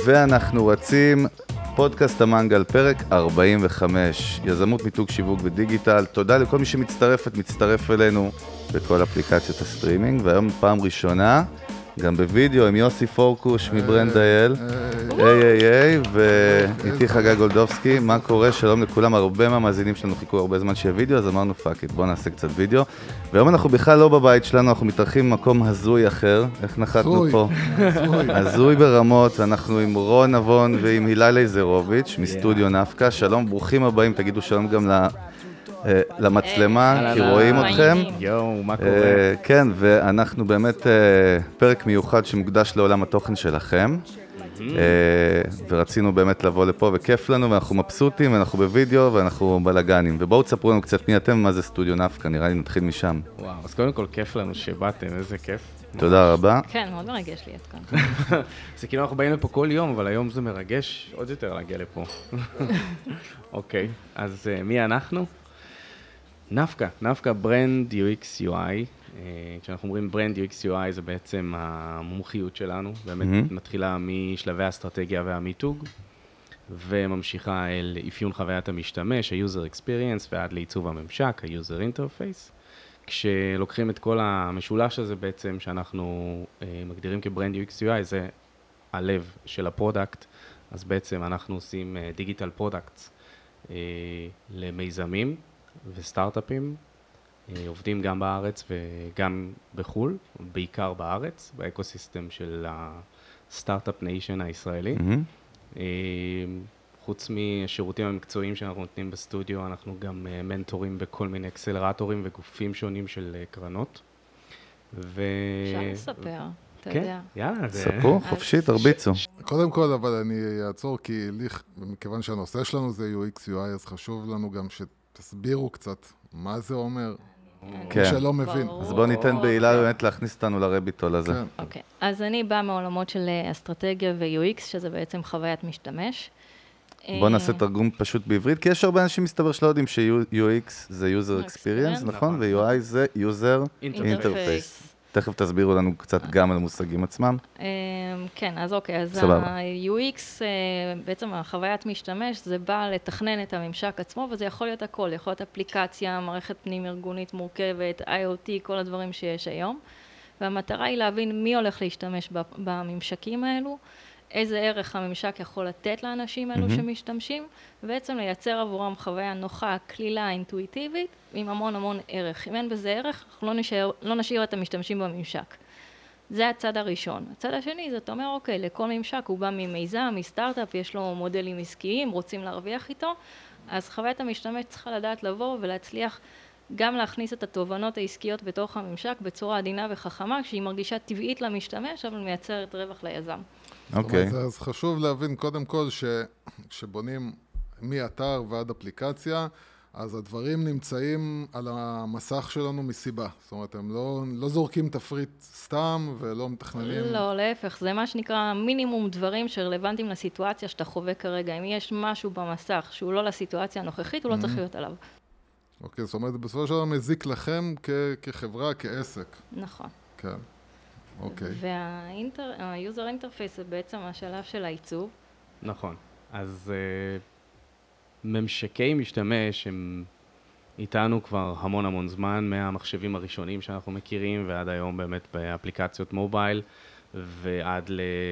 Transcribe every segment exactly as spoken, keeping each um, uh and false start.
ואנחנו רצים פודקאסט המנגל, פרק ארבעים וחמש, יזמות מיתוג שיווק ודיגיטל. תודה לכל מי שמצטרפת, מצטרף אלינו בכל אפליקציות הסטרימינג, והיום פעם ראשונה, גם בווידאו עם יוסי פורקוש מברנד אייל, איי איי איי, ואיתי חגי גולדובסקי. מה קורה? שלום לכולם, הרבה מהמאזינים שלנו חיכו הרבה זמן שיהיה וידאו, אז אמרנו פאק איט, בואו נעשה קצת וידאו. והיום אנחנו בכלל לא בבית שלנו, אנחנו מתארחים במקום הזוי אחר. איך נחתנו פה? הזוי ברמות, אנחנו עם רון נבון ועם הילה לייזרוביץ' מסטודיו נפקה. שלום, ברוכים הבאים, תגידו שלום גם ל... למצלמה, כי רואים אתכם. יואו, מה קורה? כן, ואנחנו באמת פרק מיוחד שמוקדש לעולם התוכן שלכם, ורצינו באמת לבוא לפה, וכיף לנו, ואנחנו מבסוטים, ואנחנו בווידאו, ואנחנו בלגנים. ובואו תספרו לנו קצת מי אתם, מה זה סטודיו נפקה, נראה לי נתחיל משם. וואו, אז קודם כל כיף לנו שבאתם, איזה כיף. תודה רבה. כן, מאוד מרגש לי את כאן. זה כאילו אנחנו באים לפה כל יום, אבל היום זה מרגש עוד יותר להגיע לפה. אוקיי, אז מי אנחנו? נפקה, נפקה ברנד יו אקס יו איי. כשאנחנו אומרים ברנד יו אקס יו איי זה בעצם המומחיות שלנו, באמת מתחילה משלבי האסטרטגיה והמיתוג, וממשיכה אל אפיון חוויית המשתמש, ה-user experience, ועד לעיצוב הממשק, ה-user interface. כשלוקחים את כל המשולש הזה בעצם, שאנחנו מגדירים כברנד יו אקס יו איי, זה הלב של הפרודקט, אז בעצם אנחנו עושים דיגיטל פרודקטס למיזמים, וסטארט-אפים, עובדים גם בארץ וגם בחול, בעיקר בארץ, באקוסיסטם של הסטארט-אפ ניישן הישראלי. Mm-hmm. חוץ מהשירותים המקצועיים שאנחנו נותנים בסטודיו, אנחנו גם מנטורים בכל מיני אקסלרטורים וגופים שונים של קרנות. ו... אפשר לספר, אתה כן? יודע. יאללה, זה... ספרו, חופשי, תרביצו. קודם כל, אבל אני אעצור, כי לי, מכיוון שהנושא שלנו זה יו אקס יו איי, אז חשוב לנו גם ש... תסבירו קצת מה זה אומר, כן. שלא מבין. אז בואו ניתן בעילה באמת להכניס אותנו לרביטול הזה. כן. אוקיי, אז אני באה מעולמות של אסטרטגיה ו-יו אקס, שזה בעצם חוויית משתמש. בואו נעשה תרגום פשוט בעברית, כי יש הרבה אנשים מסתבר שלא יודעים ש-יו אקס זה user experience, נכון? ו-יו איי זה user interface. תכף תסבירו לנו קצת גם על המושגים עצמם. כן, אז אוקיי, אז ה-יו אקס, בעצם החוויית משתמש, זה בא לתכנן את הממשק עצמו, וזה יכול להיות הכל, יכול להיות אפליקציה, מערכת פנים ארגונית מורכבת, איי או טי, כל הדברים שיש היום. והמטרה היא להבין מי הולך להשתמש בממשקים האלו, איזה ערך הממשק יכול לתת לאנשים האלו שמשתמשים, ובעצם לייצר עבורם חוויה נוחה, כלילה, אינטואיטיבית, עם המון המון ערך. אם אין בזה ערך, אנחנו לא נשאר, לא נשאיר את המשתמשים בממשק. זה הצד הראשון. הצד השני, זאת אומר, אוקיי, לכל ממשק הוא בא ממיזם, מסטארט-אפ, יש לו מודלים עסקיים, רוצים להרוויח איתו, אז חוויית המשתמש צריכה לדעת לבוא ולהצליח גם להכניס את התובנות העסקיות בתוך הממשק בצורה עדינה וחכמה, כשהיא מרגישה טבעית למשתמש, אבל מייצרת רווח ליזם. אוקיי. אז חשוב להבין קודם כל שכשבונים מאתר ועד אפליקציה, אז הדברים נמצאים על המסך שלנו מסיבה. זאת אומרת, הם לא, לא זורקים תפריט סתם ולא מתכננים. לא, להפך, זה מה שנקרא מינימום דברים שרלוונטיים לסיטואציה שאתה חווה כרגע. אם יש משהו במסך שהוא לא לסיטואציה הנוכחית, הוא לא צריך להיות עליו. אוקיי, זאת אומרת, בסופו של דבר מזיק לכם כ- כחברה, כעסק. נכון. כן, אוקיי. וה-user interface זה בעצם השלב של העיצוב. נכון. אז uh, ממשקי משתמש הם איתנו כבר המון המון זמן, מהמחשבים הראשונים שאנחנו מכירים, ועד היום באמת באפליקציות מובייל, ועד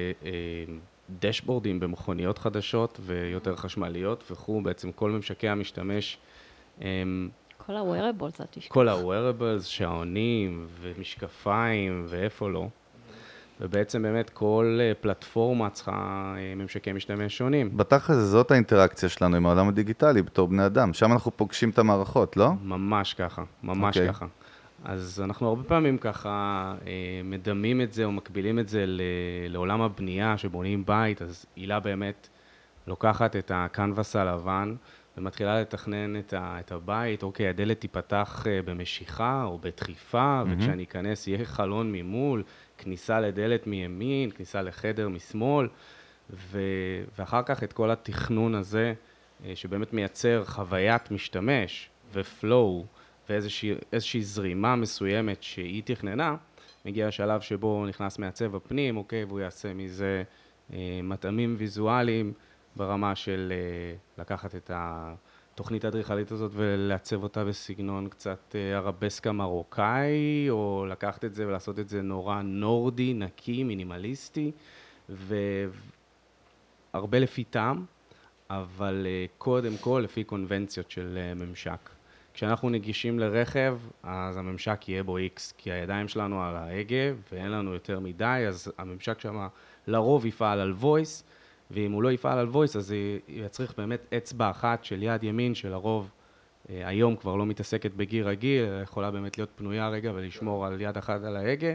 לדשבורדים במכוניות חדשות ויותר חשמליות וכו'. בעצם כל ממשקי המשתמש הם... כל ה-wearables, את תשכח. כל ה-wearables, שעונים ומשקפיים ואיפה לא. ובעצם באמת כל פלטפורמה צריכה ממשקי משתמש שונים. בתכל'ס זאת האינטראקציה שלנו עם העולם הדיגיטלי בתור בני אדם. שם אנחנו פוגשים את המערכות, לא? ממש ככה, ממש Okay. ככה. אז אנחנו הרבה פעמים ככה מדמים את זה או מקבילים את זה לעולם הבנייה שבונים בית, אז הילה באמת לוקחת את הקנבס הלבן ומתחילה לתכנן את, ה, את הבית. אוקיי, הדלת תיפתח במשיכה או בדחיפה, mm-hmm. וכשאני אכנס יהיה חלון ממול, כניסה לדלת מימין, כניסה לחדר משמאל, ו, ואחר כך את כל התכנון הזה, שבאמת מייצר חוויית משתמש ופלואו, ואיזושהי זרימה מסוימת שהיא תכננה, מגיע השלב שבו נכנס מעצב הפנים, אוקיי, והוא יעשה מזה מטעמים ויזואליים ברמה של לקחת את התוכנית האדריכלית הזאת ולעצב אותה בסגנון קצת ערבסקה מרוקאי, או לקחת את זה ולעשות את זה נורא נורדי, נקי, מינימליסטי, והרבה לפי טעם, אבל קודם כל לפי קונבנציות של ממשק. כשאנחנו נגישים לרכב, אז הממשק יהיה בו X, כי הידיים שלנו על ההגה ואין לנו יותר מדי, אז הממשק שם לרוב יפעל על voice, ואם הוא לא יפעל על voice, אז יצריך באמת אצבע אחת של יד ימין, שלרוב היום כבר לא מתעסקת בגיר רגיל, יכולה באמת להיות פנויה רגע ולשמור על יד אחת על ההגה.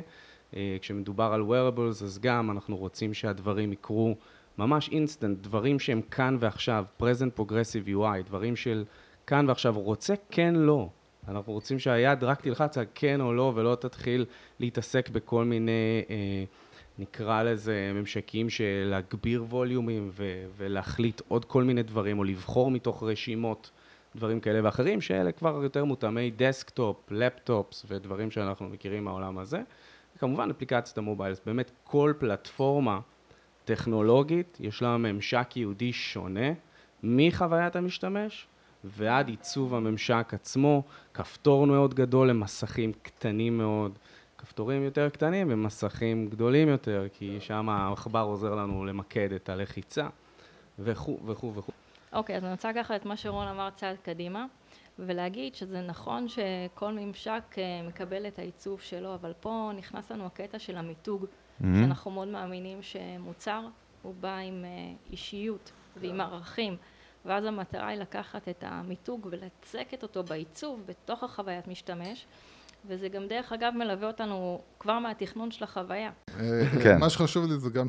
כשמדובר על wearables, אז גם אנחנו רוצים שהדברים יקרו ממש אינסטנט, דברים שהם כאן ועכשיו, present progressive יו איי, דברים של כאן ועכשיו, רוצה כן לא. אנחנו רוצים שהיד רק תלחץ על כן או לא, ולא תתחיל להתעסק בכל מיני, אה, נקרא לזה, ממשקים של להגביר ווליומים ו- ולהחליט עוד כל מיני דברים, או לבחור מתוך רשימות, דברים כאלה ואחרים, שאלה כבר יותר מותאמי דסקטופ, לפטופס ודברים שאנחנו מכירים מהעולם הזה. וכמובן, אפליקציית המוביילס, באמת כל פלטפורמה טכנולוגית, יש לה ממשק יהודי שונה מחוויית המשתמש, ועד עיצוב הממשק עצמו, כפתור מאוד גדול למסכים קטנים מאוד, כפתורים יותר קטנים ומסכים גדולים יותר, כי שם העכבר עוזר לנו למקד את הלחיצה, וכו' וכו' וכו'. אוקיי, אז אני רוצה ככה את מה שרון אמר צעד קדימה, ולהגיד שזה נכון שכל ממשק מקבל את העיצוב שלו, אבל פה נכנס לנו הקטע של המיתוג, mm-hmm. שאנחנו מאוד מאמינים שמוצר, הוא בא עם אישיות ועם ערכים, ואז המטרה היא לקחת את המיתוג ולצקת אותו בעיצוב בתוך החוויית משתמש, וזה גם דרך אגב מלווה אותנו כבר מהתכנון של החוויה. כן. מה שחשוב לי זה גם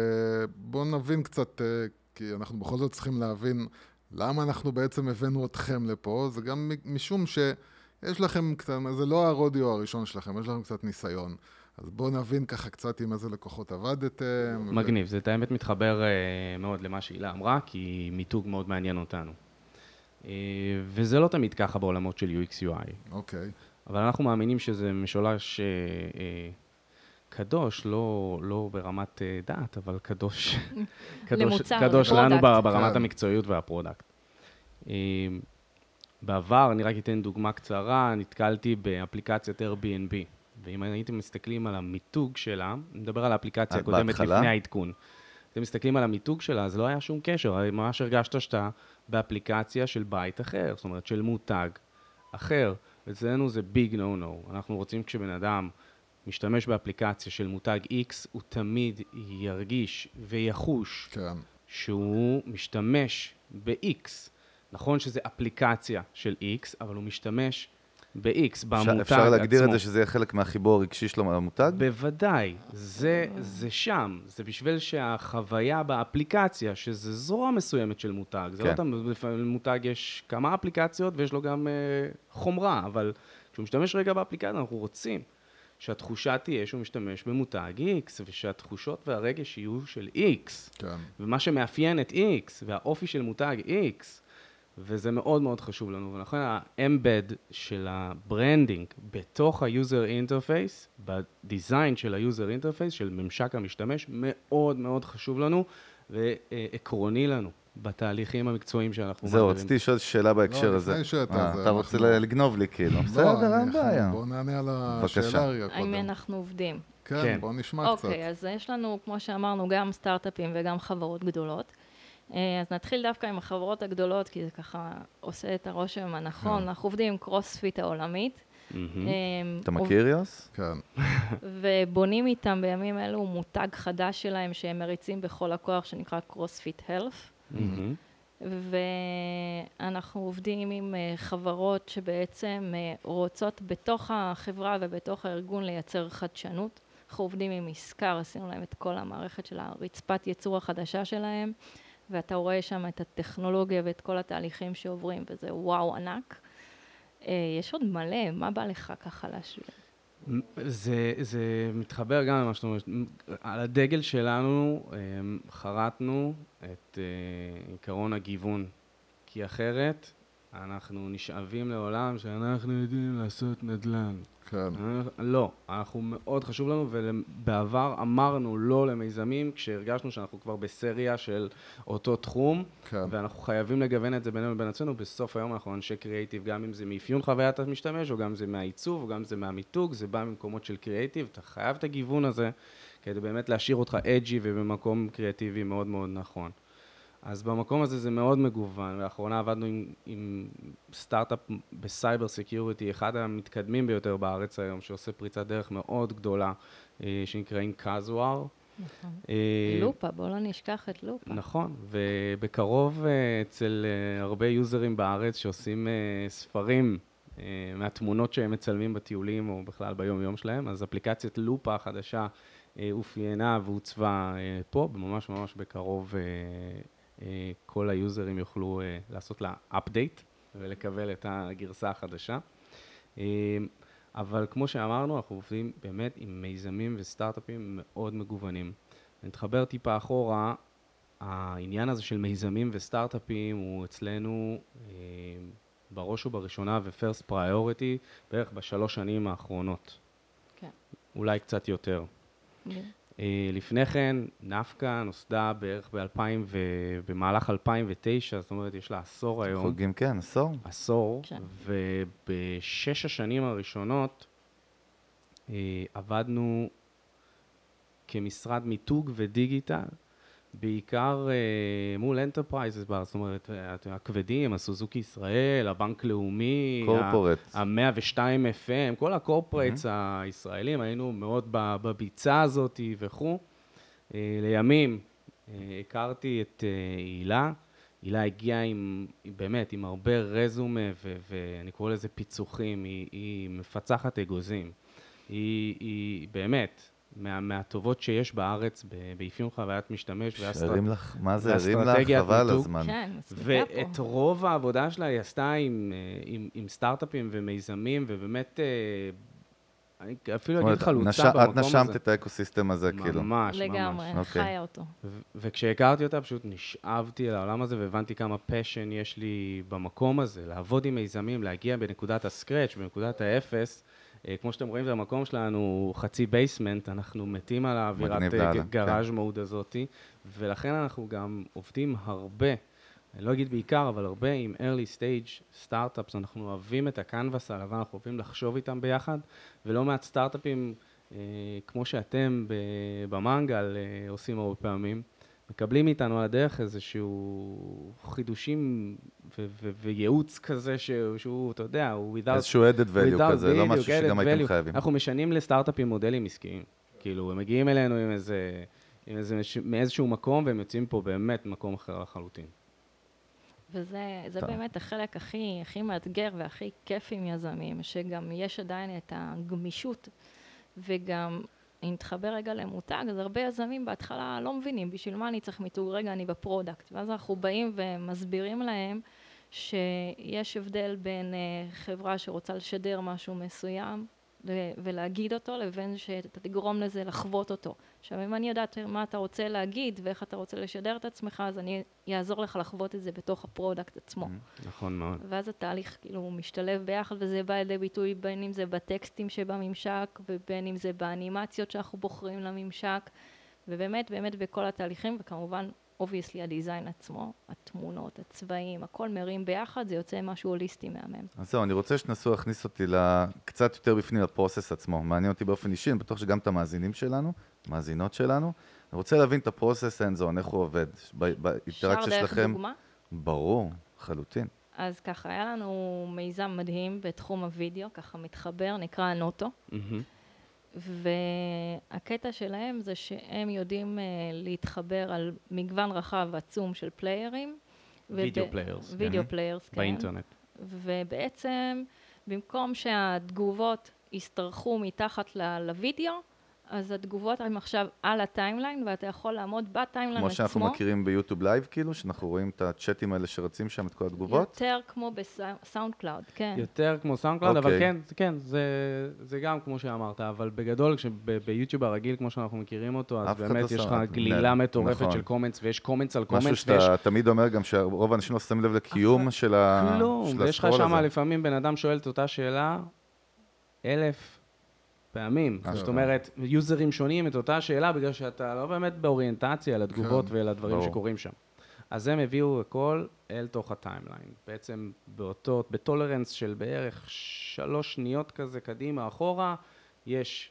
שבואו נבין קצת, כי אנחנו בכל זאת צריכים להבין למה אנחנו בעצם הבאנו אתכם לפה, זה גם משום שיש לכם קצת, זה לא הרודיו הראשון שלכם, יש לכם קצת ניסיון. אז בואו נבין ככה קצת עם איזה לקוחות עבדתם. מגניב, זה האמת מתחבר מאוד למה שהילה אמרה, כי מיתוג מאוד מעניין אותנו. וזה לא תמיד ככה בעולמות של יו אקס יו איי. אוקיי. אבל אנחנו מאמינים שזה משולש קדוש, לא, לא ברמת דעת, אבל קדוש, קדוש, קדוש לנו ברמת המקצועיות והפרודקט. בעבר, אני רק אתן דוגמה קצרה, נתקלתי באפליקציית Airbnb. ואם הייתם מסתכלים על המיתוג שלה, נדבר על האפליקציה הקודמת לפני העדכון. אתם מסתכלים על המיתוג שלה, אז לא היה שום קשר. ממש הרגשת שאתה באפליקציה של בית אחר, זאת אומרת של מותג אחר. אצלנו זה ביג נו נו. אנחנו רוצים כשבן אדם משתמש באפליקציה של מותג X, הוא תמיד ירגיש ויחוש כן. שהוא משתמש ב-X. נכון שזה אפליקציה של X, אבל הוא משתמש ב-X, במותג עצמו. אפשר להגדיר את זה שזה יהיה חלק מהחיבור הרגשי שלו למותג? בוודאי, זה, זה שם. זה בשביל שהחוויה באפליקציה, שזה זרוע מסוימת של מותג. זה כן. לא לפעמים מותג יש כמה אפליקציות ויש לו גם uh, חומרה, אבל כשהוא משתמש רגע באפליקציה, אנחנו רוצים שהתחושה תהיה שהוא משתמש במותג X, ושהתחושות והרגש יהיו של X. כן. ומה שמאפיין את X, והאופי של מותג X, וזה מאוד מאוד חשוב לנו, ולכן ה-embed של הברנדינג בתוך ה-user interface, בדיזיין של ה-user interface, של ממשק המשתמש, מאוד מאוד חשוב לנו, ועקרוני לנו, בתהליכים המקצועיים שאנחנו זהו, רציתי לשאול שאלה בהקשר הזה. אתה רוצה לגנוב לי כאילו. בסדר, אין בעיה. בואו נענה על השאלה רגע קודם. האם אנחנו עובדים? כן, בואו נשמע קצת. אוקיי, אז יש לנו, כמו שאמרנו, גם סטארט-אפים וגם חברות גדולות. אז נתחיל דווקא עם החברות הגדולות, כי זה ככה עושה את הרושם הנכון. אנחנו עובדים עם קרוספיט העולמית. אתה מכיר יוס? כן. ובונים איתם בימים אלו מותג חדש שלהם שהם מריצים בכל הכוח, שנקרא קרוספיט הלף. ואנחנו עובדים עם חברות שבעצם רוצות בתוך החברה ובתוך הארגון לייצר חדשנות. אנחנו עובדים עם עסקר, עשינו להם את כל המערכת של הרצפת ייצור החדשה שלהם. ואתה רואה שם את הטכנולוגיה ואת כל התהליכים שעוברים, וזה וואו ענק. יש עוד מלא, מה בא לך ככה להשווה? זה, זה מתחבר גם למה שאתה אומר. על הדגל שלנו חרטנו את עיקרון הגיוון, כי אחרת אנחנו נשאבים לעולם שאנחנו יודעים לעשות נדל"ן. כן. לא, אנחנו מאוד חשוב לנו, ובעבר אמרנו לא למיזמים, כשהרגשנו שאנחנו כבר בסריה של אותו תחום, כן. ואנחנו חייבים לגוון את זה בינינו לבין עצמנו. בסוף היום אנחנו אנשי קריאיטיב, גם אם זה מאפיון חוויית המשתמש, או גם אם זה מהעיצוב, או גם אם זה מהמיתוג, זה בא ממקומות של קריאיטיב, אתה חייב את הגיוון הזה, כדי באמת להשאיר אותך אג'י ובמקום קריאטיבי מאוד מאוד נכון. אז במקום הזה זה מאוד מגוון, לאחרונה עבדנו עם, עם סטארט-אפ בסייבר סקיוריטי, אחד המתקדמים ביותר בארץ היום, שעושה פריצת דרך מאוד גדולה, שנקראים קאזואר. נכון. לופה, בואו לא נשכח את לופה. נכון, ובקרוב אצל הרבה יוזרים בארץ שעושים ספרים מהתמונות שהם מצלמים בטיולים או בכלל ביום-יום שלהם, אז אפליקציית לופה החדשה אופיינה והוצבה פה, ממש ממש בקרוב כל היוזרים יוכלו לעשות לה update ולקבל את הגרסה החדשה. אבל כמו שאמרנו, אנחנו עובדים באמת עם מיזמים וסטארט-אפים מאוד מגוונים. נתחבר טיפה אחורה, העניין הזה של מיזמים וסטארט-אפים הוא אצלנו בראש ובראשונה ו-first priority בערך בשלוש שנים האחרונות. כן. אולי קצת יותר. כן. לפני כן, נפקה נוסדה בערך ב-אלפיים במהלך אלפיים ותשע, זאת אומרת, יש לה עשור היום. חוגים, כן, עשור. עשור, כן. ובשש השנים הראשונות עבדנו כמשרד מיתוג ודיגיטל, בעיקר מול אנטרפרייזס, זאת אומרת, הכבדים, הסוזוקי ישראל, הבנק לאומי, קורפורט. ה-מאה ושתיים אף אם, כל הקורפורטס הישראלים, היינו מאוד בביצה הזאת וכו'. לימים הכרתי את הילה, הילה הגיעה עם, באמת, עם הרבה רזומה, ואני קורא לזה פיצוחים, היא, היא מפצחת אגוזים. היא, היא באמת, מה, מהטובות שיש בארץ, באפיון חוויית משתמש, שהרים לך, מה זה, הרים לך, חבל הזמן. כן, מספיקה פה. ואת רוב העבודה שלה היא עשתה עם, עם, עם סטארט-אפים ומיזמים, ובאמת, אני אפילו אגיד חלוצה במקום הזה. את נשמת את האקוסיסטם הזה, כאילו. ממש, ממש. לגמרי, חיה אותו. וכשהכרתי אותה, פשוט נשאבתי אל העולם הזה, והבנתי כמה פשן יש לי במקום הזה, לעבוד עם מיזמים, להגיע בנקודת הסקרץ', בנקודת האפס. כמו שאתם רואים, זה המקום שלנו חצי בייסמנט, אנחנו מתים על האווירת גראז' מוד הזאת, ולכן אנחנו גם עובדים הרבה, אני לא אגיד בעיקר, אבל הרבה עם early stage startups, אנחנו אוהבים את הקנבס הלבן, אנחנו אוהבים לחשוב איתם ביחד, ולא מעט סטארט-אפים, כמו שאתם במנגל עושים הרבה פעמים, מקבלים איתנו על הדרך איזשהו חידושים וייעוץ כזה שהוא, אתה יודע, הוא without... איזשהו added value כזה, לא משהו שגם הייתם חייבים. אנחנו משנים לסטארט-אפים מודלים עסקיים. כאילו, הם מגיעים אלינו עם איזה, עם איזה, מאיזשהו מקום, והם יוצאים פה באמת מקום אחר לחלוטין. וזה זה באמת החלק הכי, הכי מאתגר והכי כיף עם יזמים, שגם יש עדיין את הגמישות, וגם אם נתחבר רגע למותג, אז הרבה יזמים בהתחלה לא מבינים בשביל מה אני צריך מיתוג, רגע אני בפרודקט, ואז אנחנו באים ומסבירים להם שיש הבדל בין חברה שרוצה לשדר משהו מסוים, ולהגיד אותו, לבין שאתה תגרום לזה לחוות אותו. עכשיו, אם אני יודעת מה אתה רוצה להגיד, ואיך אתה רוצה לשדר את עצמך, אז אני אעזור לך לחוות את זה בתוך הפרודקט עצמו. נכון מאוד. ואז התהליך כאילו משתלב ביחד, וזה בא לידי ביטוי בין אם זה בטקסטים שבממשק, ובין אם זה באנימציות שאנחנו בוחרים לממשק, ובאמת, באמת בכל התהליכים, וכמובן, obviously, הדיזיין עצמו, התמונות, הצבעים, הכל מרים ביחד, זה יוצא משהו הוליסטי מהמם. אז זהו, אני רוצה שנסו להכניס אותי קצת יותר בפנים לפרוסס עצמו. מעניין אותי באופן אישי, אני בטוח שגם את המאזינים שלנו, מאזינות שלנו. אני רוצה להבין את הפרוסס הנזון, איך הוא עובד, באינטראקציה שלכם. אפשר דרך דוגמה? ברור, חלוטין. אז ככה, היה לנו מיזם מדהים בתחום הוידאו, ככה מתחבר, נקרא נוטו. והקטע שלהם זה שהם יודעים uh, להתחבר על מגוון רחב עצום של פליירים. וידאו פליירס. וידאו פליירס, כן. באינטרנט. ובעצם, במקום שהתגובות יסתרחו מתחת לוידאו, אז התגובות הן עכשיו על הטיימליין, ואתה יכול לעמוד בטיימליין עצמו. כמו שאנחנו מכירים ביוטיוב לייב, כאילו, שאנחנו רואים את הצ'אטים האלה שרצים שם, את כל התגובות? יותר כמו בסאונד קלאוד, כן. יותר כמו סאונד קלאוד, אבל אוקיי. כן, זה כן, זה, זה גם כמו שאמרת, אבל בגדול, ביוטיוב הרגיל, כמו שאנחנו מכירים אותו, אז אף אחד באמת לא יש לך שם- גלילה מטורפת נכון. של קומנטס, ויש קומנטס על קומנטס, משהו שאתה תמיד אומר גם שרוב האנשים לא שמים לב לקיום של ה- כלום, של ויש לך הסקרול שם הזה. לפעמים בן אדם שואל את אותה שאלה אלף פעמים. אה, זאת כן. אומרת, יוזרים שונים את אותה שאלה, בגלל שאתה לא באמת באוריינטציה לתגובות כן, ולדברים ברור. שקורים שם. אז הם הביאו הכל אל תוך הטיימליין. בעצם באותו, בטולרנס של בערך שלוש שניות כזה קדימה אחורה, יש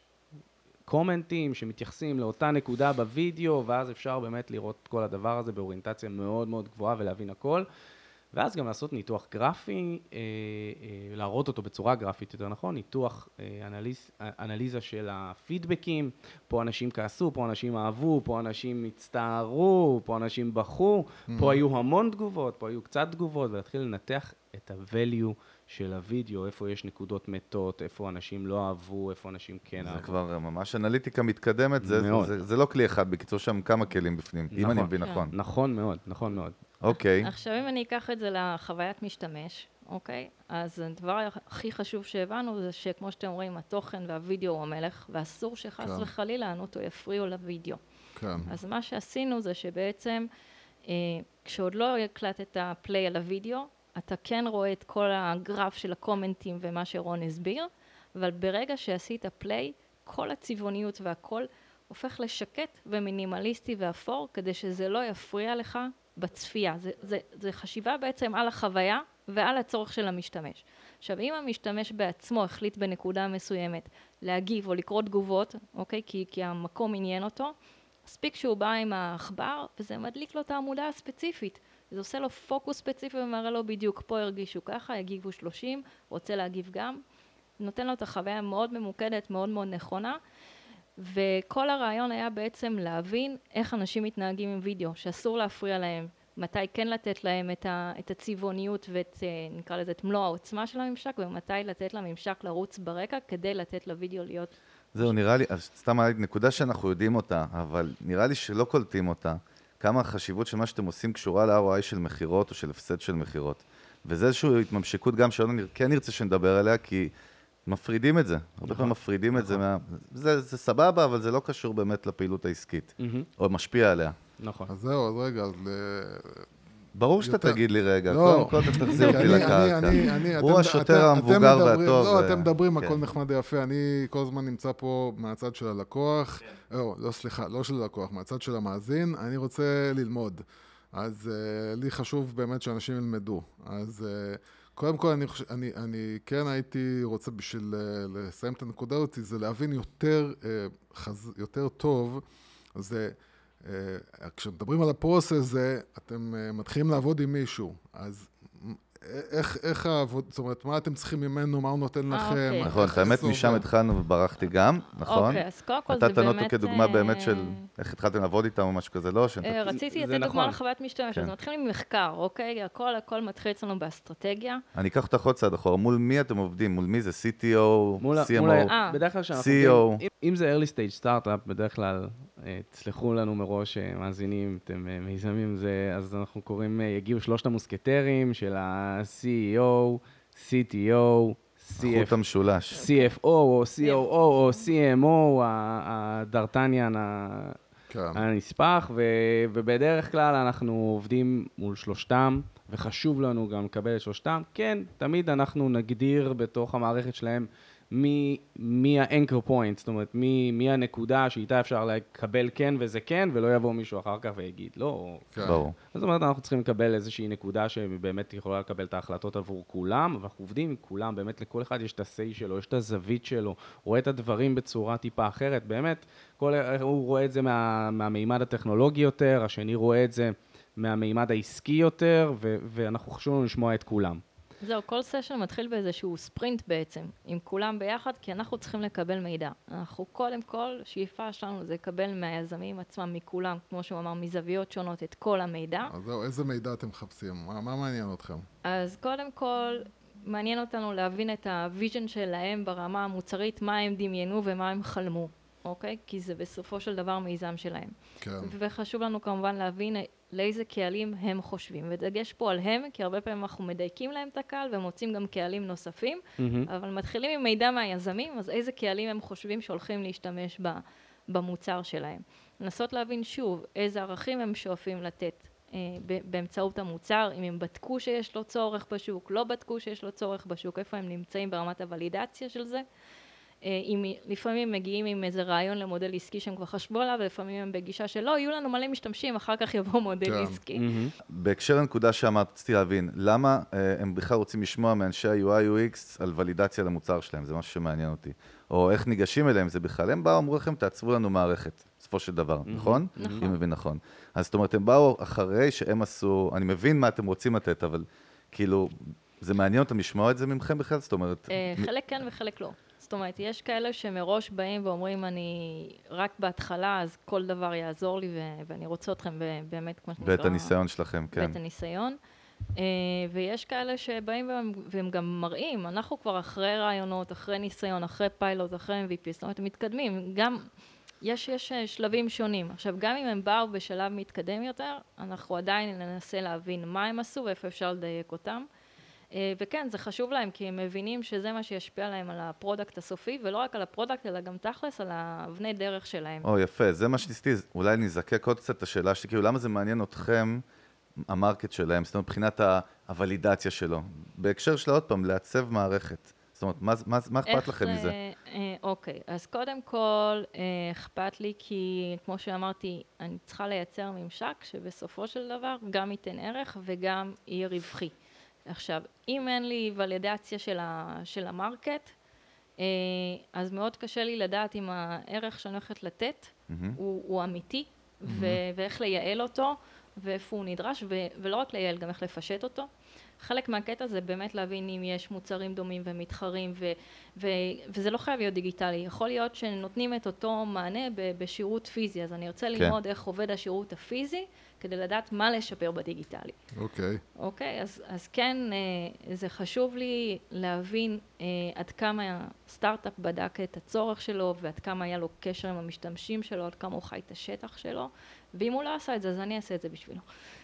קומנטים שמתייחסים לאותה נקודה בווידאו, ואז אפשר באמת לראות את כל הדבר הזה באוריינטציה מאוד מאוד גבוהה ולהבין הכל. ואז גם לעשות ניתוח גרפי, אה, אה, להראות אותו בצורה גרפית יותר נכון, ניתוח אה, אנליז, אנליזה של הפידבקים, פה אנשים כעסו, פה אנשים אהבו, פה אנשים הצטערו, פה אנשים בכו, mm-hmm. פה היו המון תגובות, פה היו קצת תגובות, ולהתחיל לנתח את ה-value של הווידאו, איפה יש נקודות מתות, איפה אנשים לא אהבו, איפה אנשים כן זה אהבו. כבר ממש אנליטיקה מתקדמת, זה, מאוד. זה, זה לא כלי אחד, בקיצור שם כמה כלים בפנים, אם אני מבין כן. נכון. נכון מאוד, נכון מאוד. אוקיי, עכשיו, אם אני אקח את זה לחוויית משתמש, אוקיי? אז הדבר הכי חשוב שהבנו זה שכמו שאתם רואים, התוכן והווידאו הוא המלך, ואסור שחס כן. וחלילה ענות או יפריעו לוידאו. כן. אז מה שעשינו זה שבעצם, אה, כשעוד לא הקלטת פליי על הוידאו, אתה כן רואה את כל הגרף של הקומנטים ומה שרון הסביר, אבל ברגע שעשית פליי, כל הצבעוניות והכל הופך לשקט ומינימליסטי ואפור, כדי שזה לא יפריע לך בצפייה. זה, זה, זה חשיבה בעצם על החוויה ועל הצורך של המשתמש. עכשיו, אם המשתמש בעצמו החליט בנקודה מסוימת להגיב או לקרוא תגובות, אוקיי? כי, כי המקום עניין אותו, מספיק שהוא בא עם העכבר, וזה מדליק לו את העמודה הספציפית. זה עושה לו פוקוס ספציפי ומראה לו בדיוק, פה הרגישו ככה, יגיבו שלושים, רוצה להגיב גם. נותן לו את החוויה מאוד ממוקדת, מאוד מאוד נכונה. וכל הרעיון היה בעצם להבין איך אנשים מתנהגים עם וידאו, שאסור להפריע להם, מתי כן לתת להם את, ה, את הצבעוניות ואת, נקרא לזה, את מלוא העוצמה של הממשק, ומתי לתת לממשק לרוץ ברקע, כדי לתת לוידאו להיות... זהו, נראה לי, אז סתם נקודה שאנחנו יודעים אותה, אבל נראה לי שלא קולטים אותה, כמה החשיבות של מה שאתם עושים קשורה ל-אר או איי של מחירות או של הפסד של מחירות. וזה איזושהי התממשקות גם שאני כן נרצה שנדבר עליה, כי מפרידים את זה. הרבה פעמים מפרידים את זה. מה... זה, זה סבבה, אבל זה לא קשור באמת לפעילות העסקית, או משפיע עליה. נכון. אז זהו, אז רגע, אז ל... ברור שאתה יותר- תגיד לי רגע, לא. קודם כל אתה תחזיר כי אותי אני- לקרקע. אני- אני- אני- הוא אתם- השוטר אתם- המבוגר אתם מדברים- והטוב, לא, ו- אתם מדברים, כן. הכל נחמד ויפה. אני כל הזמן נמצא פה מהצד של הלקוח. לא, לא, סליחה, לא של הלקוח, מהצד של המאזין. אני רוצה ללמוד. אז uh, לי חשוב באמת שאנשים ילמדו. אז uh, קודם כל, אני, חושב, אני, אני כן הייתי רוצה בשביל uh, לסיים את הנקודה הזאת, זה להבין יותר, uh, חז, יותר טוב, זה... Uh, כשמדברים על הפרוסס הזה, אתם uh, מתחילים לעבוד עם מישהו, אז איך, איך העבוד, זאת אומרת, מה אתם צריכים ממנו, מה הוא נותן אה, לכם? אוקיי. נכון, איך האמת זה משם עובד? התחלנו וברחתי גם, נכון? אוקיי, אז קודם כל זה נתת לנו באמת... אותו כדוגמה באמת של אה, איך התחלתם לעבוד איתם או משהו כזה, לא? שנתת- אה, רציתי זה לתת דוגמה נכון. לחוויית משתמש, כן. אז מתחילים ממחקר, אוקיי? הכל, הכל מתחיל אצלנו באסטרטגיה. אני אקח אותך עוד צעד אחורה, מול מי אתם עובדים? מול מי זה סי טי או, מול ה- סי אם מול או? ה- אה. בדרך כלל שאנחנו סי אי או. עובדים, אם- אם זה early stage startup, בדרך כלל, אה, תסלחו לנו מראש, אה, מאזינים, אתם אה, מיזמים, זה- אז אנחנו קוראים, אה, יגיעו שלושת המוסקטרים של ה-סי אי או, סי טי או, סי חוט המשולש. סי אף או או סי או או או סי אם או, הדרטניאן ה- כן. הנספח, ו- ובדרך כלל אנחנו עובדים מול שלושתם, וחשוב לנו גם לקבל את שלושתם. כן, תמיד אנחנו נגדיר בתוך המערכת שלהם מי, מי ה-anchor point, זאת אומרת, מי, מי הנקודה שאיתה אפשר לקבל כן וזה כן, ולא יבוא מישהו אחר כך ויגיד לא. או- כן. ברור. זאת אומרת, אנחנו צריכים לקבל איזושהי נקודה שבאמת יכולה לקבל את ההחלטות עבור כולם, ואנחנו עובדים עם כולם, באמת לכל אחד יש את ה-say שלו, יש את הזווית שלו, רואה את הדברים בצורה טיפה אחרת, באמת, כל, הוא רואה את זה מה, מהמימד הטכנולוגי יותר, השני רואה את זה מהמימד העסקי יותר, ו- ואנחנו חשוב לנו לשמוע את כולם. זהו, כל סשן מתחיל באיזשהו ספרינט בעצם, עם כולם ביחד, כי אנחנו צריכים לקבל מידע. אנחנו קודם כל, שאיפה שלנו זה לקבל מהיזמים עצמם, מכולם, כמו שהוא אמר, מזוויות שונות, את כל המידע. אז זהו, איזה מידע אתם מחפשים? מה, מה מעניין אתכם? אז קודם כל, מעניין אותנו להבין את הוויז'ן שלהם ברמה המוצרית, מה הם דמיינו ומה הם חלמו. אוקיי? כי זה בסופו של דבר מיזם שלהם. כן. וחשוב לנו כמובן להבין לאיזה קהלים הם חושבים. ודגש פה על הם, כי הרבה פעמים אנחנו מדייקים להם את הקהל ומוצאים גם קהלים נוספים, Mm-hmm. אבל מתחילים עם מידע מהיזמים, אז איזה קהלים הם חושבים שהולכים להשתמש ב, במוצר שלהם. לנסות להבין שוב איזה ערכים הם שואפים לתת אה, באמצעות המוצר, אם הם בדקו שיש לו צורך בשוק, לא בדקו שיש לו צורך בשוק, איפה הם נמצאים ברמת הוולידציה של זה. אם לפעמים מגיעים עם איזה רעיון למודל עסקי שהם כבר חשבו עליו, ולפעמים הם בגישה שלא, יהיו לנו מלא משתמשים, אחר כך יבוא מודל כן. עסקי. Mm-hmm. בהקשר לנקודה שאמרת, רציתי להבין, למה אה, הם בכלל רוצים לשמוע מאנשי ה-יו איי יו אקס על ולידציה למוצר שלהם? זה משהו שמעניין אותי. או איך ניגשים אליהם, זה בכלל, הם באו, אמרו לכם, תעצבו לנו מערכת, בסופו של דבר, Mm-hmm. נכון? נכון. אם מבין נכון. אז זאת אומרת, הם באו אחרי שהם עשו, אני מבין מה אתם רוצים לתת, אבל כאילו, זה מעניין אותם לשמוע את זה ממכם בכלל? זאת אומרת... אה, חלק כן וחלק לא. זאת אומרת, יש כאלה שמראש באים ואומרים, אני רק בהתחלה, אז כל דבר יעזור לי, ו- ואני רוצה אתכם באמת, כמו שנקרא... ואת הניסיון שלכם, כן. ואת הניסיון. Uh, ויש כאלה שבאים והם, והם גם מראים, אנחנו כבר אחרי רעיונות, אחרי ניסיון, אחרי פיילוט, אחרי אם וי פי, זאת אומרת, הם מתקדמים. גם, יש, יש שלבים שונים. עכשיו, גם אם הם באו בשלב מתקדם יותר, אנחנו עדיין ננסה להבין מה הם עשו ואיפה אפשר לדייק אותם. וכן, זה חשוב להם, כי הם מבינים שזה מה שישפיע להם על הפרודקט הסופי, ולא רק על הפרודקט, אלא גם תכלס על האבני דרך שלהם. או, יפה, זה מה שניסיתי, אולי נזקק עוד קצת את השאלה שלי, כאילו, למה זה מעניין אתכם, המרקט שלהם, זאת אומרת, מבחינת הוולידציה שלו, בהקשר שלה עוד פעם, לעצב מערכת. זאת אומרת, מה, מה, מה אכפת לכם מזה? אה, אוקיי, אז קודם כל, אה, אכפת לי, כי כמו שאמרתי, אני צריכה לייצר ממשק, שבסופו של דבר גם ייתן ערך וגם יהיה רווחי. עכשיו, אם אין לי ולידציה של, ה, של המרקט, אה, אז מאוד קשה לי לדעת אם הערך שאני הולכת לתת Mm-hmm. הוא, הוא אמיתי, Mm-hmm. ו- ואיך לייעל אותו, ואיפה הוא נדרש, ו- ולא רק לייעל, גם איך לפשט אותו. חלק מהקטע זה באמת להבין אם יש מוצרים דומים ומתחרים, ו- ו- וזה לא חייב להיות דיגיטלי. יכול להיות שנותנים את אותו מענה ב- בשירות פיזי, אז אני רוצה ללמוד כן. איך עובד השירות הפיזי, כדי לדעת מה לשפר בדיגיטלי. אוקיי. אוקיי, אז, אז כן, אה, זה חשוב לי להבין אה, עד כמה הסטארט-אפ בדק את הצורך שלו, ועד כמה היה לו קשר עם המשתמשים שלו, עד כמה הוא חי את השטח שלו, ואם הוא לא עשה את זה, אז אני אעשה את זה בשבילו.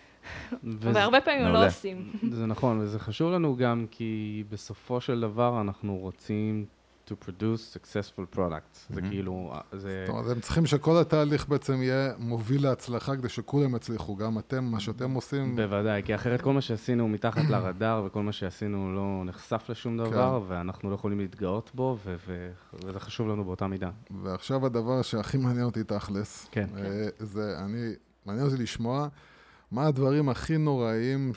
וזה- והרבה פעמים הם לא מעולה. עושים. זה נכון, וזה חשוב לנו גם כי בסופו של דבר אנחנו רוצים to produce successful products. זה Mhm. כאילו, זה... זאת אומרת, הם צריכים שכל התהליך בעצם יהיה מוביל להצלחה, כדי שכולם יצליחו, גם אתם, מה שאתם עושים. בוודאי, כי אחרת כל מה שעשינו מתחת לרדאר, וכל מה שעשינו לא נחשף לשום דבר, ואנחנו לא יכולים להתגאות בו, ו- ו- וזה חשוב לנו באותה מידה. ועכשיו הדבר שהכי מעניין אותי תכלס, כן. אה, זה, אני, מעניין אותי לשמוע מה הדברים הכי נוראיים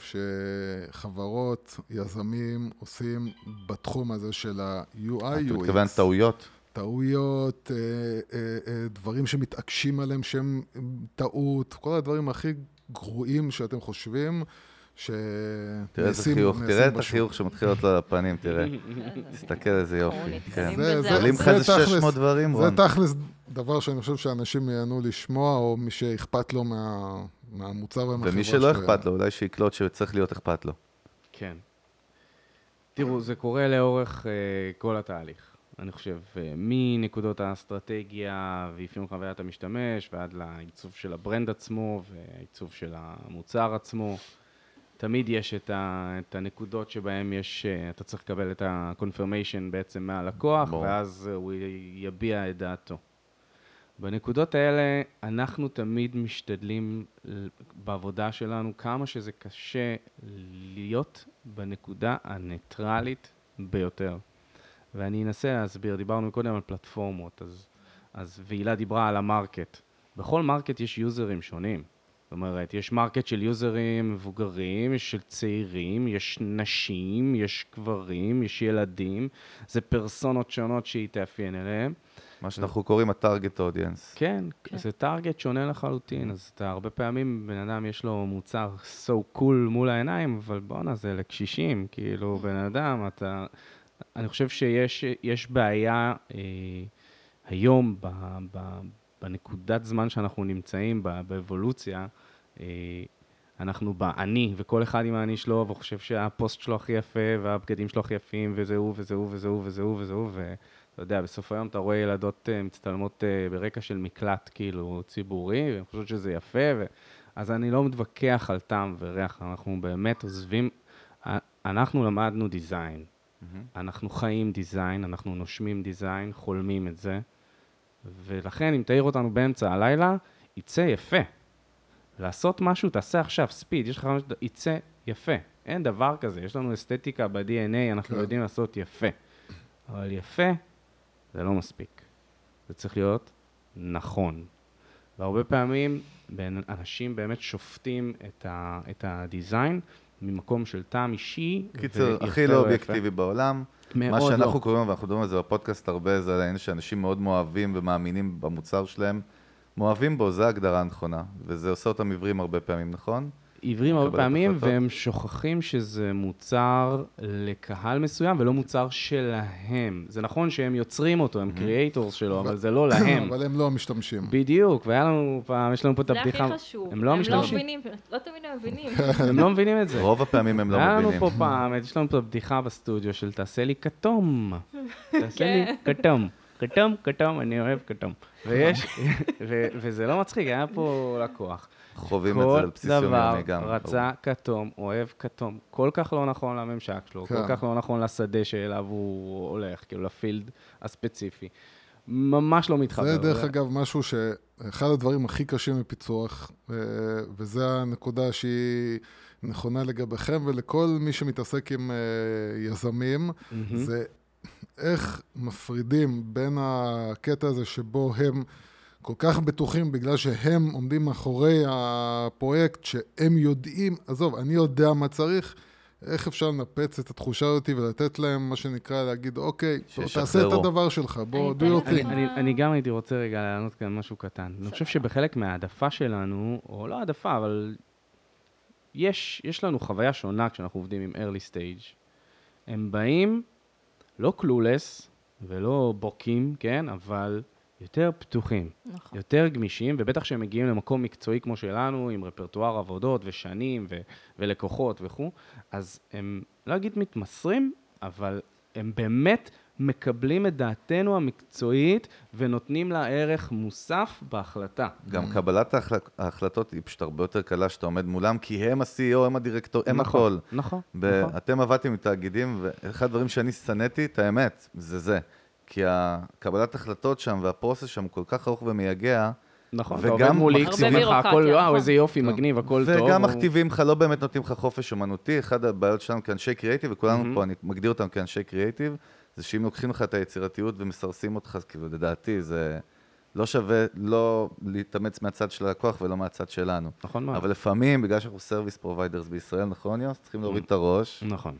שחברות, יזמים עושים בתחום הזה של ה-יו איי, אתה יו אקס. מתכוון טעויות? טעויות, אה, אה, אה, דברים שמתעקשים עליהם שהם טעות, כל הדברים הכי גרועים שאתם חושבים, תראה איזה שנעשים חיוך, נעשים תראה את בשוק. החיוך שמתחיל לו על הפנים, תראה. תסתכל איזה יופי. אנחנו כן. נתקלים זה- בזה זה- עולים לך זה איזה תכלס- שש מאות דברים, זה רון. תכלס דבר שאני חושב שאנשים ייהנו לשמוע, או מי שאכפת לו מה, מהמוצר ומהחברה ומי שלא אכפת לו, אולי שיקלוט שצריך להיות אכפת לו. כן. תראו, זה קורה לאורך uh, כל התהליך. אני חושב, uh, מנקודות האסטרטגיה ואפיון חוויית המשתמש, ועד לעיצוב של הברנד עצמו, והעיצוב של המוצר עצמו. תמיד יש את, ה, את הנקודות שבהן יש, uh, אתה צריך לקבל את ה-confirmation בעצם מהלקוח, ברור. ואז uh, הוא יביע את דעתו. בנקודות האלה אנחנו תמיד משתדלים ל- בעבודה שלנו כמה שזה קשה להיות בנקודה הניטרלית ביותר. ואני אנסה להסביר, דיברנו קודם על פלטפורמות, אז, אז והילה דיברה על המרקט. בכל מרקט יש יוזרים שונים. זאת אומרת, יש מרקט של יוזרים מבוגרים, יש של צעירים, יש נשים, יש גברים, יש ילדים. זה פרסונות שונות שהיא תאפיין אליהם. מה שאנחנו קוראים ה-target audience. כן, כן. זה טארגט שונה לחלוטין, אז אתה הרבה פעמים, בן אדם יש לו מוצר so cool מול העיניים, אבל בואנה, זה לקשישים, כאילו, בן אדם, אתה... אני חושב שיש יש בעיה אה, היום, ב, ב, בנקודת זמן שאנחנו נמצאים, ב, באבולוציה, אה, אנחנו באני, וכל אחד עם האני שלו, והוא חושב שהפוסט שלו הכי יפה, והבגדים שלו הכי יפים, וזהו, וזהו, וזהו, וזהו, וזהו, אתה יודע, בסוף היום אתה רואה ילדות uh, מצטלמות uh, ברקע של מקלט כאילו ציבורי, ואני חושב שזה יפה, ו... אז אני לא מתווכח על טעם וריח, אנחנו באמת עוזבים, אנחנו למדנו דיזיין, mm-hmm. אנחנו חיים דיזיין, אנחנו נושמים דיזיין, חולמים את זה, ולכן אם תעיר אותנו באמצע הלילה, יצא יפה. לעשות משהו, תעשה עכשיו ספיד, יש לך חמש, יצא יפה. אין דבר כזה, יש לנו אסתטיקה ב-די אן איי, אנחנו יודעים לעשות יפה. אבל יפה, זה לא מספיק. זה צריך להיות נכון. והרבה פעמים, אנשים באמת שופטים את, ה, את הדיזיין ממקום של טעם אישי. קיצר, הכי לא אובייקטיבי בעולם. מה שאנחנו קוראים, ואנחנו מדברים על זה בפודקאסט הרבה, זה העניין שאנשים מאוד מאוהבים ומאמינים במוצר שלהם. מאוהבים בו, זה ההגדרה הנכונה. וזה עושה אותם עיוורים הרבה פעמים, נכון? עיוורים הרבה פעמים, והם שוכחים שזה מוצר לקהל מסוים, ולא מוצר שלהם. זה נכון שהם יוצרים אותו, הם קריאייטורס שלו, אבל זה לא להם. אבל הם לא המשתמשים. בדיוק, והיה לנו פעם, יש לנו פה את הבדיחה. זה הכי חשוב. הם לא המשתמשים. לא תמיד הם מבינים. הם לא מבינים את זה. רוב הפעמים הם לא מבינים. היה לנו פה פעם, יש לנו פה בדיחה בסטודיו של תעשה לי כתום. תעשה לי כתום. כתום, כתום, אני אוהב כתום. ויש, וזה לא מצחיק, היה פה לקוח. חווים את זה על בסיס יומיומי גם. כל דבר רצה כתום, אוהב כתום, כל כך לא נכון לממשק שלו, כל כך לא נכון לשדה שאליו הוא הולך, כאילו לפילד הספציפי. ממש לא מתחבר. זה דרך אגב משהו שאחד הדברים הכי קשים בפיצוח, וזה הנקודה שהיא נכונה לגביכם ולכל מי שמתעסק עם יזמים, זה איך מפרידים בין הקטע הזה שבו הם כל כך בטוחים בגלל שהם עומדים מאחורי הפרויקט, שהם יודעים, עזוב, אני יודע מה צריך, איך אפשר לנפץ את התחושה אותי ולתת להם מה שנקרא להגיד, אוקיי, תעשה את הדבר שלך, בוא, do your thing. אני גם הייתי רוצה רגע לענות כאן משהו קטן. אני חושב שבחלק מהעדפה שלנו, או לא העדפה, אבל יש, יש לנו חוויה שונה כשאנחנו עובדים עם early stage. הם באים לא קלולס ולא בוקים, כן, אבל יותר פתוחים, נכון. יותר גמישים, ובטח שהם מגיעים למקום מקצועי כמו שלנו, עם רפרטואר עבודות ושנים ו- ולקוחות וכו', אז הם לא אגיד מתמסרים, אבל הם באמת מקבלים את דעתנו המקצועית, ונותנים לה ערך מוסף בהחלטה. גם קבלת ההחלטות היא פשוט הרבה יותר קלה שאתה עומד מולם, כי הם ה-סי אי או, הם הדירקטור, הם הכל. נכון, נכון. אתם עבדתם עם תאגידים, ואחד הדברים שאני סנאתי, את האמת, זה זה. כי הקבלת החלטות שם והפרוסס שם כל כך ארוך ומייגע, נכון, אתה עובד מולי, קציבים לך, הכל, וואו, איזה יופי, מגניב, הכל טוב. וגם מכתיבים לך, לא באמת נותנים לך חופש אומנותי, אחד הבעיות שלנו כאנשי קריאייטיב, וכולנו פה, אני מגדיר אותם כאנשי קריאייטיב, זה שאם לוקחים לך את היצירתיות ומסרסים אותך, כאילו, לדעתי, זה לא שווה, לא להתאמץ מהצד של הלקוח ולא מהצד שלנו. נכון מה. אבל לפעמים, בגלל שאנחנו סרוויס פרוביידרס בישראל, נכון, יוס? צריכים להוריד את הראש. נכון.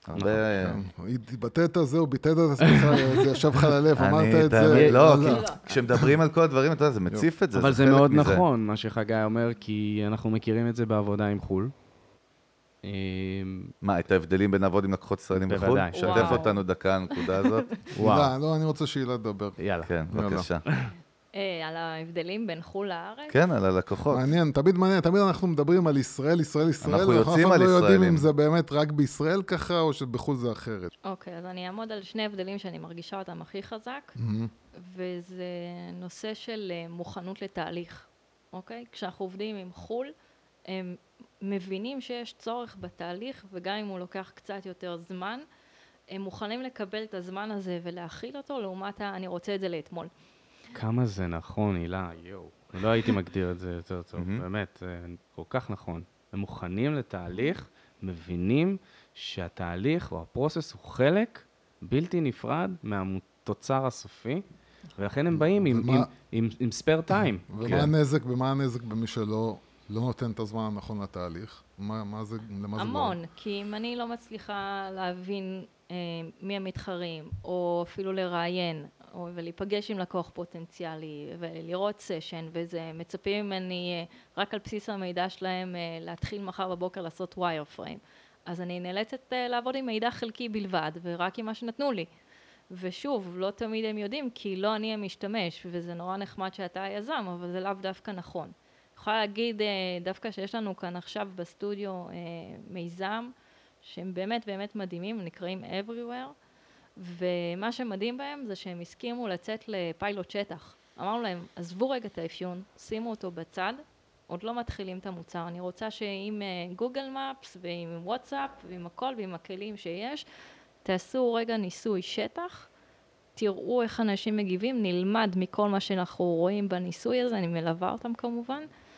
התבטאת זהו, ביטאת את עצמך, זה ישב לך ללב, אמרת את זה. לא, כשמדברים על כל הדברים, אתה יודע, זה מציף את זה, אבל זה מאוד נכון, מה שחגי אומר, כי אנחנו מכירים את זה בעבודה עם חול. מה, את ההבדלים בין לעבוד עם לקוחות ישראלים בחול? בוודאי. שתף אותנו דקה, הנקודה הזאת. לא, לא, אני רוצה שאלה לדבר. יאללה. כן, בבקשה. על ההבדלים בין חול לארץ? כן, על הלקוחות. מעניין, תמיד מעניין, תמיד אנחנו מדברים על ישראל, ישראל, ישראל. אנחנו יוצאים על ישראלים. אנחנו לא יודעים אם ישראלים. זה באמת רק בישראל ככה, או שבחול זה אחרת. אוקיי, אז אני אעמוד על שני הבדלים שאני מרגישה אותם הכי חזק, וזה נושא של אה, מוכנות לתהליך, אוקיי? כשאנחנו עובדים עם חול, הם מבינים שיש צורך בתהליך, וגם אם הוא לוקח קצת יותר זמן, הם מוכנים לקבל את הזמן הזה ולהכיל אותו, לעומת ה- אני רוצה את זה לאתמול. כמה זה נכון, הילה, יואו. לא הייתי מגדיר את זה יותר טוב, באמת, זה כל כך נכון. הם מוכנים לתהליך, מבינים שהתהליך או הפרוסס הוא חלק בלתי נפרד מהתוצר הסופי, ולכן הם באים עם, עם, עם, עם spare time. ומה הנזק, ומה הנזק במי שלא לא נותן את הזמן הנכון לתהליך? מה, מה זה, למה זה המון, כי אם אני לא מצליחה להבין אה, מי המתחרים, או אפילו לראיין, או, ולהיפגש עם לקוח פוטנציאלי, ולראות סשן, וזה מצפים ממני אה, רק על בסיס המידע שלהם אה, להתחיל מחר בבוקר לעשות ווייר פריים. אז אני נאלצת אה, לעבוד עם מידע חלקי בלבד, ורק עם מה שנתנו לי. ושוב, לא תמיד הם יודעים, כי לא אני המשתמש, וזה נורא נחמד שאתה היזם, אבל זה לאו דווקא נכון. יכולה להגיד דווקא שיש לנו כאן עכשיו בסטודיו מיזם, שהם באמת באמת מדהימים, נקראים Everywhere, ומה שמדהים בהם זה שהם הסכימו לצאת לפיילוט שטח. אמרנו להם, עזבו רגע את האפיון, שימו אותו בצד, עוד לא מתחילים את המוצר. אני רוצה שעם גוגל מפס ועם וואטסאפ ועם הכל ועם הכלים שיש, תעשו רגע ניסוי שטח, תראו איך אנשים מגיבים, נלמד מכל מה שאנחנו רואים בניסוי הזה, אני מלווה אותם כמובן,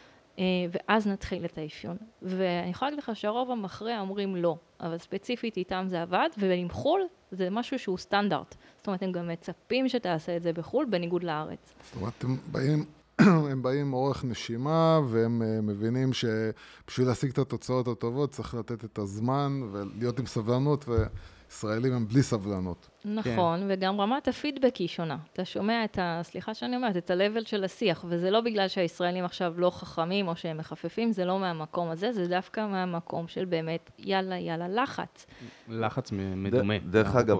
ואז נתחיל את האפיון. ואני יכולה להגיד לך שהרוב המכריע אומרים לא, אבל ספציפית איתם זה עבד, ועם חול זה משהו שהוא סטנדרט. זאת אומרת, הם גם מצפים שתעשה את זה בחול, בניגוד לארץ. זאת אומרת, הם באים, הם באים אורך נשימה, והם מבינים שבשביל להשיג את התוצאות הטובות, צריך לתת את הזמן, ולהיות עם סבלנות, וישראלים הם בלי סבלנות. נכון, כן. וגם רמת הפידבק היא שונה. אתה שומע את ה... סליחה שאני אומרת, את ה-level של השיח, וזה לא בגלל שהישראלים עכשיו לא חכמים, או שהם מחפפים, זה לא מהמקום הזה, זה דווקא מהמקום של באמת, יאללה, יאללה, לחץ. לחץ מדומה. דרך אגב,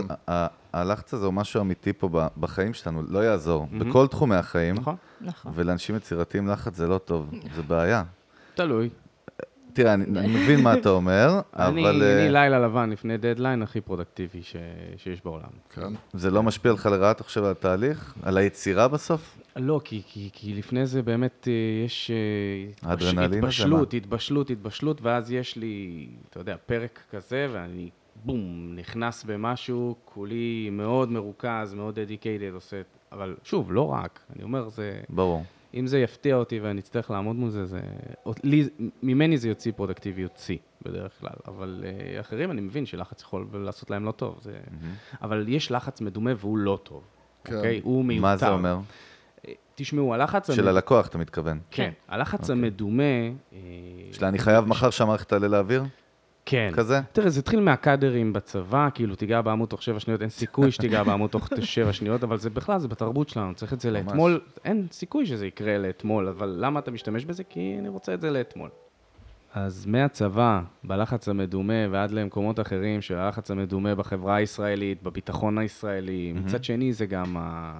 הלחץ הזה הוא משהו אמיתי פה בחיים שלנו, לא יעזור. בכל תחומי החיים, ולאנשים יצירתיים לחץ זה לא טוב, זה בעיה. תלוי. תראה, אני, אני מבין מה אתה אומר, אני, אבל... אני לילה לבן לפני דדליין הכי פרודקטיבי ש, שיש בעולם. כן. זה לא משפיע לך לרעה, אתה חושב על התהליך? על היצירה בסוף? לא, כי, כי, כי לפני זה באמת יש אדרנלין התבשלות, התבשלות, התבשלות, ואז יש לי, אתה יודע, פרק כזה, ואני בום, נכנס במשהו, כולי מאוד מרוכז, מאוד dedicated, עושה... אבל שוב, לא רק, אני אומר, זה... ברור. אם זה יפתיע אותי ואני אצטרך לעמוד מול זה, זה... לי, ממני זה יוציא פרודקטיביות C בדרך כלל, אבל uh, אחרים אני מבין שלחץ יכול לעשות להם לא טוב, זה... mm-hmm. אבל יש לחץ מדומה והוא לא טוב, כן. אוקיי? הוא מיותר. מה זה אומר? תשמעו, הלחץ... של המד... הלקוח, אתה מתכוון? כן, הלחץ okay. המדומה... שלה, אני חייב מחר שהמערכת תעלה לאוויר? כן. כזה? תראה, זה התחיל מהקאדרים בצבא, כאילו תיגע בעמוד תוך שבע שניות, אין סיכוי שתיגע בעמוד תוך שבע שניות, אבל זה בכלל, זה בתרבות שלנו, צריך את זה ממש. לאתמול, אין סיכוי שזה יקרה לאתמול, אבל למה אתה משתמש בזה? כי אני רוצה את זה לאתמול. אז מהצבא, בלחץ המדומה ועד למקומות אחרים, של הלחץ המדומה בחברה הישראלית, בביטחון הישראלי, mm-hmm. מצד שני זה גם ה...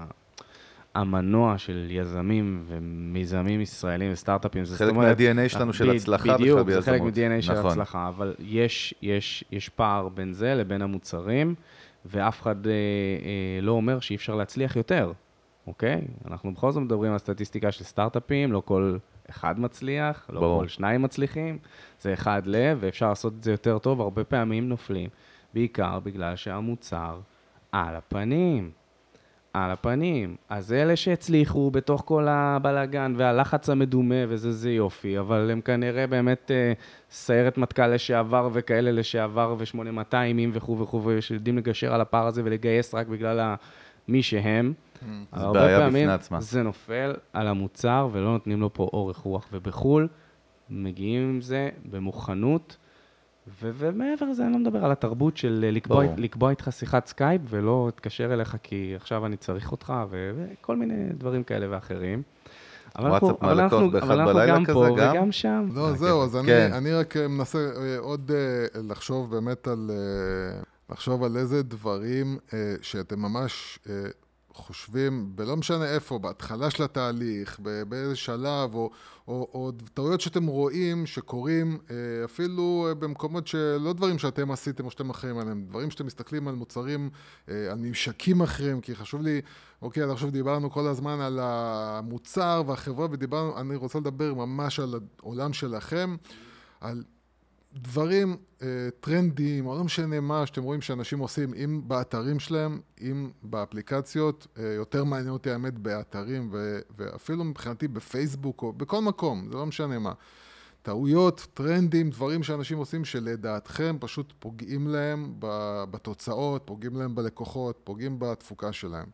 המנוע של יזמים ומיזמים ישראלים וסטארט-אפים. חלק מה-די אן איי שלנו של הצלחה. בדיוק, זה חלק מה-די אן איי של הצלחה, אבל יש, יש, יש פער בין זה לבין המוצרים, ואף אחד אה, אה, לא אומר שאי אפשר להצליח יותר, אוקיי? אנחנו בכל זאת מדברים על סטטיסטיקה של סטארט-אפים, לא כל אחד מצליח, לא ברור. כל שניים מצליחים, זה אחד לב, ואפשר לעשות את זה יותר טוב, הרבה פעמים נופלים, בעיקר בגלל שהמוצר על הפנים. על הפנים. אז אלה שהצליחו בתוך כל הבלגן והלחץ המדומה וזה זה יופי, אבל הם כנראה באמת אה, סיירת מטכ"ל לשעבר וכאלה לשעבר ו-שמונה מאתיים וכו' וכו' ושיודעים לגשר על הפער הזה ולגייס רק בגלל מי שהם. זה בעיה בפני עצמה. זה נופל על המוצר ולא נותנים לו פה אורך רוח, ובחול מגיעים עם זה במוכנות, ו- ומעבר לזה אני לא מדבר על התרבות של לקבוע, לקבוע איתך שיחת סקייפ ולא תקשר אליך כי עכשיו אני צריך אותך ו- וכל מיני דברים כאלה ואחרים. אבל אנחנו, אבל אנחנו, אבל אנחנו גם פה גם? וגם שם. לא, זהו, אז כן. אני, אני רק מנסה עוד לחשוב באמת על, לחשוב על איזה דברים שאתם ממש חושבים, בלא משנה איפה, בהתחלה של התהליך, באיזה שלב, או, או, או טעויות שאתם רואים שקורים, אפילו במקומות שלא דברים שאתם עשיתם או שאתם אחרים עליהם, דברים שאתם מסתכלים על מוצרים, על ממשקים אחרים, כי חשוב לי, אוקיי, עד עכשיו דיברנו כל הזמן על המוצר והחברה, ודיברנו, אני רוצה לדבר ממש על העולם שלכם, על דברים טרנדיים, או לא משנה מה שאתם רואים שאנשים עושים, אם באתרים שלהם, אם באפליקציות, יותר מעניין אותי האמת באתרים, ואפילו מבחינתי בפייסבוק, או בכל מקום, זה לא משנה מה. טעויות, טרנדים, דברים שאנשים עושים שלדעתכם פשוט פוגעים להם בתוצאות, פוגעים להם בלקוחות, פוגעים בתפוקה שלהם.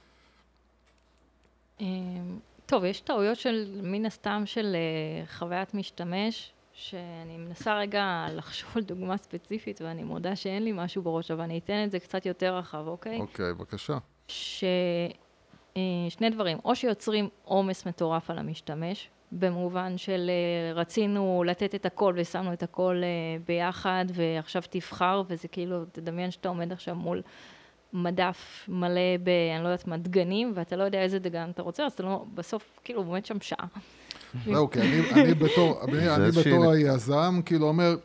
טוב, יש טעויות של מן הסתם של חוויית משתמש, שאני מנסה רגע לחשוב על דוגמה ספציפית, ואני מודה שאין לי משהו בראש, אבל אני אתן את זה קצת יותר רחב, אוקיי? אוקיי, בבקשה. ששני דברים, או שיוצרים עומס מטורף על המשתמש, במובן של רצינו לתת את הכל ושמנו את הכל ביחד, ועכשיו תבחר, וזה כאילו, תדמיין שאתה עומד עכשיו מול מדף מלא ב, אני לא יודעת, מדגנים, ואתה לא יודע איזה דגן אתה רוצה, אז אתה לא, בסוף כאילו עומד שם שעה. לא, אוקיי, אני בתור היזם, כאילו אומר,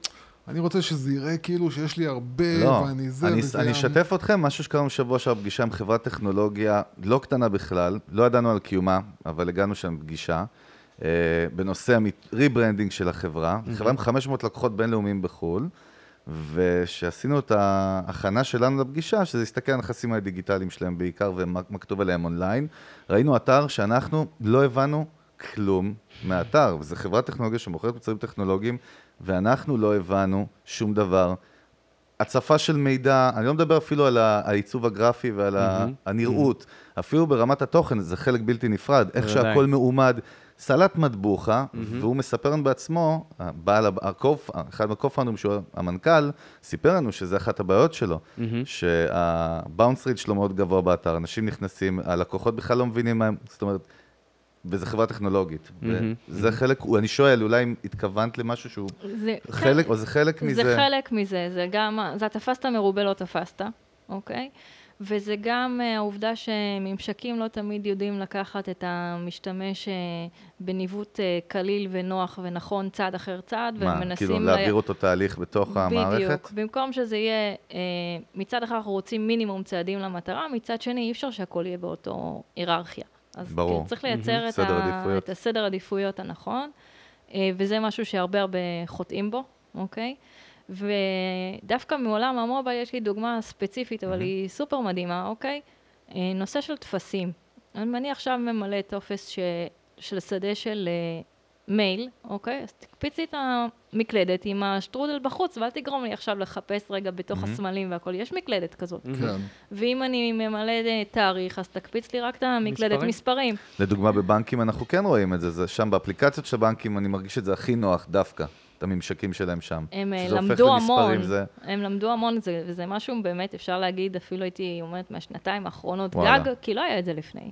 אני רוצה שזה יראה כאילו שיש לי הרבה, לא, ואני זה אני, וזה... אני אשתף אתכם, משהו שקראנו שבוע שעבר פגישה עם חברת טכנולוגיה, לא קטנה בכלל, לא ידענו על קיומה, אבל הגענו שם פגישה, אה, בנושא ריברנדינג של החברה, mm-hmm. חברה עם חמש מאות לקוחות בינלאומיים בחול, ושעשינו את ההכנה שלנו לפגישה, שזה הסתכל על הנכסים הדיגיטליים שלהם בעיקר, ומה כתוב עליהם אונליין, ראינו אתר שאנחנו לא הבנו כלום מהאתר, וזו חברת טכנולוגיה שמוכרת מוצרים טכנולוגיים, ואנחנו לא הבנו שום דבר. הצפה של מידע, אני לא מדבר אפילו על העיצוב הגרפי ועל mm-hmm. הנראות, mm-hmm. אפילו ברמת התוכן, זה חלק בלתי נפרד, איך שהכל מעומד, סלט מטבוחה, mm-hmm. והוא מספר לנו בעצמו, בעל הקוף, אחד מהקופאונדרים שהוא המנכ"ל, סיפר לנו שזה אחת הבעיות שלו, mm-hmm. שהבאונס ריט שלו מאוד גבוה באתר, אנשים נכנסים, הלקוחות בכלל לא מבינים מה הם, זאת אומרת, וזה חברה טכנולוגית. וזה חלק, אני שואל, אולי אם התכוונת למשהו שהוא חלק, או זה חלק מזה? זה חלק מזה, זה גם, זה תפסת מרובה לא תפסת, אוקיי? וזה גם העובדה שממשקים לא תמיד יודעים לקחת את המשתמש בניווט קליל ונוח ונכון צעד אחר צעד, ומנסים... מה, כאילו להעביר אותו תהליך בתוך המערכת? בדיוק, במקום שזה יהיה, מצד אחד אנחנו רוצים מינימום צעדים למטרה, מצד שני אי אפשר שהכל יהיה באותו היררכיה. אז ברור. צריך לייצר את, ה... את הסדר עדיפויות הנכון, וזה משהו שהרבה הרבה חוטאים בו, אוקיי? ודווקא מעולם המובייל יש לי דוגמה ספציפית, אבל היא סופר מדהימה, אוקיי? נושא של תפסים. אני עכשיו ממלא טופס ש... של שדה של מייל, אוקיי? אז תקפיצי את המקלדת עם השטרודל בחוץ, ואל תגרום לי עכשיו לחפש רגע בתוך הסמלים והכל. יש מקלדת כזאת. כן. ואם אני ממלא תאריך, אז תקפיץ לי רק את המקלדת מספרים. לדוגמה, בבנקים אנחנו כן רואים את זה. זה שם באפליקציות של הבנקים, אני מרגיש את זה הכי נוח דווקא, את הממשקים שלהם שם. הם למדו המון, הם למדו המון, וזה משהו באמת, אפשר להגיד, אפילו הייתי אומרת מהשנתיים האחרונות גג, כי לא היה את זה לפני.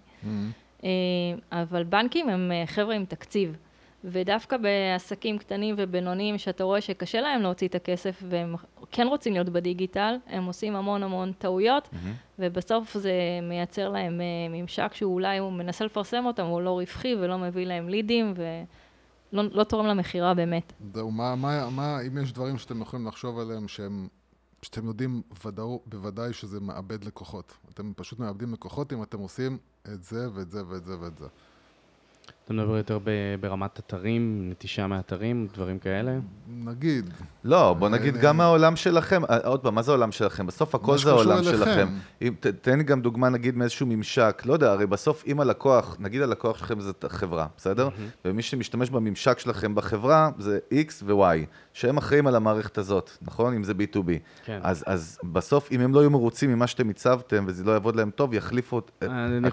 אבל בנקים הם חבר'ה עם תקציב. ודווקא בעסקים קטנים ובינוניים, שאתה רואה שקשה להם להוציא את הכסף, והם כן רוצים להיות בדיגיטל, הם עושים המון המון טעויות, mm-hmm. ובסוף זה מייצר להם ממשק שהוא אולי הוא מנסה לפרסם אותם, הוא לא רווחי ולא מביא להם לידים, ולא לא תורם למחירה באמת. זהו, מה, מה, מה, אם יש דברים שאתם יכולים לחשוב עליהם, שהם, שאתם יודעים ודאו, בוודאי שזה מאבד לקוחות. אתם פשוט מאבדים לקוחות אם אתם עושים את זה ואת זה ואת זה ואת זה. אתה מדבר יותר ברמת אתרים, נטישה מאתרים, דברים כאלה? נגיד. לא, בוא נגיד גם מהעולם שלכם. עוד פעם, מה זה העולם שלכם? בסוף הכל זה העולם שלכם. תן לי גם דוגמה, נגיד, מאיזשהו ממשק. לא יודע, הרי בסוף, אם הלקוח, נגיד הלקוח שלכם זה חברה, בסדר? ומי שמשתמש בממשק שלכם בחברה זה X ו-Y, שהם אחראים על המערכת הזאת, נכון? אם זה בי טו בי. אז בסוף, אם הם לא יהיו מרוצים ממה שאתם הצבתם, וזה לא יעבוד להם טוב, יחליפו את... אני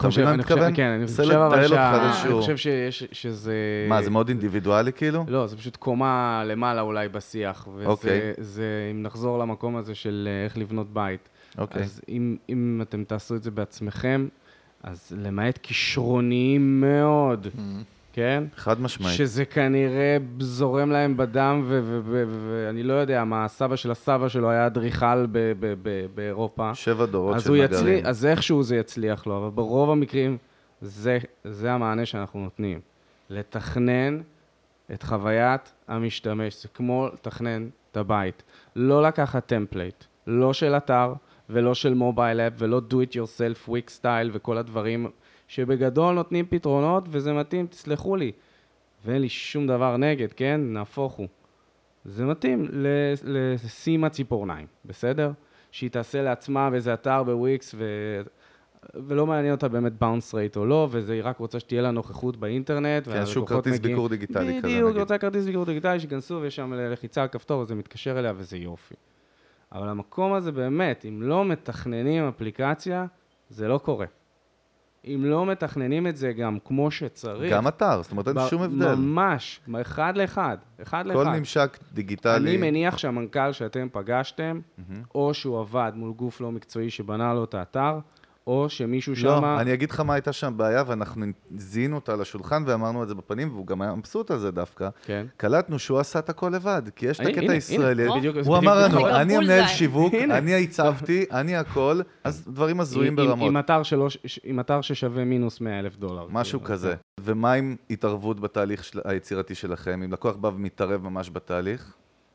חושב שזה... מה, זה מאוד אינדיבידואלי כאילו? לא, זה פשוט קומה למעלה אולי בשיח, וזה, אם נחזור למקום הזה של איך לבנות בית, אז אם אתם תעשו את זה בעצמכם, אז למעט כישרוניים מאוד, כן? חד משמעית. שזה כנראה זורם להם בדם, ואני לא יודע, מה הסבא של הסבא שלו היה אדריכל באירופה. שבע דורות של מגרים. אז איכשהו זה יצליח לו, אבל ברוב המקרים, זה, זה המענה שאנחנו נותנים. לתכנן את חוויית המשתמש. זה כמו לתכנן את הבית. לא לקחת טמפלייט. לא של אתר ולא של מובייל אפ ולא do it yourself, week style וכל הדברים שבגדול נותנים פתרונות וזה מתאים, תסלחו לי. ואין לי שום דבר נגד, כן? נהפוך הוא. זה מתאים לשימה ציפורניים, בסדר? שהיא תעשה לעצמה באיזה אתר בוויקס ו... ולא מעניין אותה באמת באונס רייט או לא, וזה רק רוצה שתהיה לה נוכחות באינטרנט. כן, שהוא כרטיס ביקור דיגיטלי כזה. בדיוק, רוצה כרטיס ביקור דיגיטלי, שיכנסו ויש שם לחיצה על כפתור, וזה מתקשר אליה וזה יופי. אבל המקום הזה באמת, אם לא מתכננים אפליקציה, זה לא קורה. אם לא מתכננים את זה גם כמו שצריך... גם אתר, זאת אומרת, אין שום הבדל. ממש, אחד לאחד, אחד לאחד. כל ממשק דיגיטלי... אני מניח שהמנכ"ל שאתם פגשתם, או שהוא עבד מול גוף לא מקצועי שבנה לו את האתר, או שמישהו לא, שמה... לא, אני אגיד לך מה הייתה שם בעיה, ואנחנו זיהינו אותה על השולחן ואמרנו את זה בפנים, והוא גם היה מבסוט על זה דווקא. כן. קלטנו שהוא עשה את הכל לבד, כי יש את הקטע הישראלי. הוא אמר לנו, אני המנהל שיווק, אני הצבתי, אני הכל, אז דברים הזויים ברמות. עם אתר ששווה מינוס מאה אלף דולר. משהו כזה. ומה עם התערבות בתהליך היצירתי שלכם? אם לקוח בא ומתערב ממש בתהליך?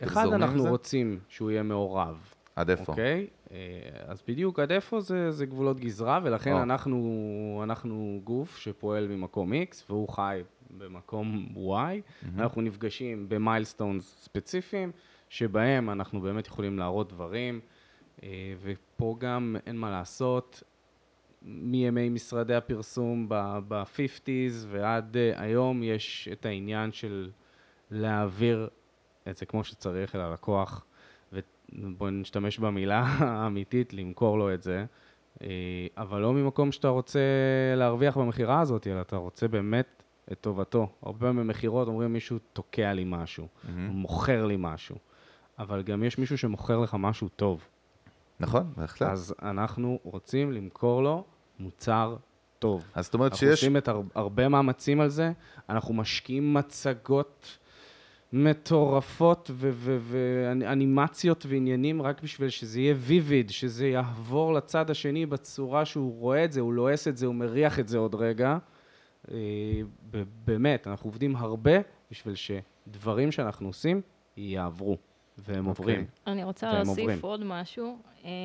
אחד, אנחנו רוצים שהוא יהיה מעורב. עד איפה? אוקיי? אז בדיוק עד איפה זה, זה גבולות גזרה, ולכן אנחנו, אנחנו גוף שפועל ממקום X, והוא חי במקום Y. אנחנו נפגשים במיילסטונס ספציפיים, שבהם אנחנו באמת יכולים להראות דברים, ופה גם אין מה לעשות, מימי משרדי הפרסום ב-חמישים ועד היום יש את העניין של להעביר את זה כמו שצריך אל הלקוח, ובואו נשתמש במילה האמיתית, למכור לו את זה, אבל לא ממקום שאתה רוצה להרוויח במחירה הזאת, אלא אתה רוצה באמת את טובתו. הרבה פעמים במחירות אומרים מישהו תוקע לי משהו, mm-hmm. מוכר לי משהו, אבל גם יש מישהו שמוכר לך משהו טוב. נכון, בהחלט. אז אנחנו רוצים למכור לו מוצר טוב. אז זאת אומרת אנחנו שיש... אנחנו עושים את הר... הרבה מאמצים על זה, אנחנו משקיעים מצגות מטורפות ואנימציות ועניינים רק בשביל שזה יהיה ויביד, שזה יעבור לצד השני בצורה שהוא רואה את זה, הוא לועס את זה, הוא מריח את זה עוד רגע. באמת, אנחנו עובדים הרבה בשביל שדברים שאנחנו עושים יעברו, והם עוברים. אני רוצה להוסיף עוד משהו.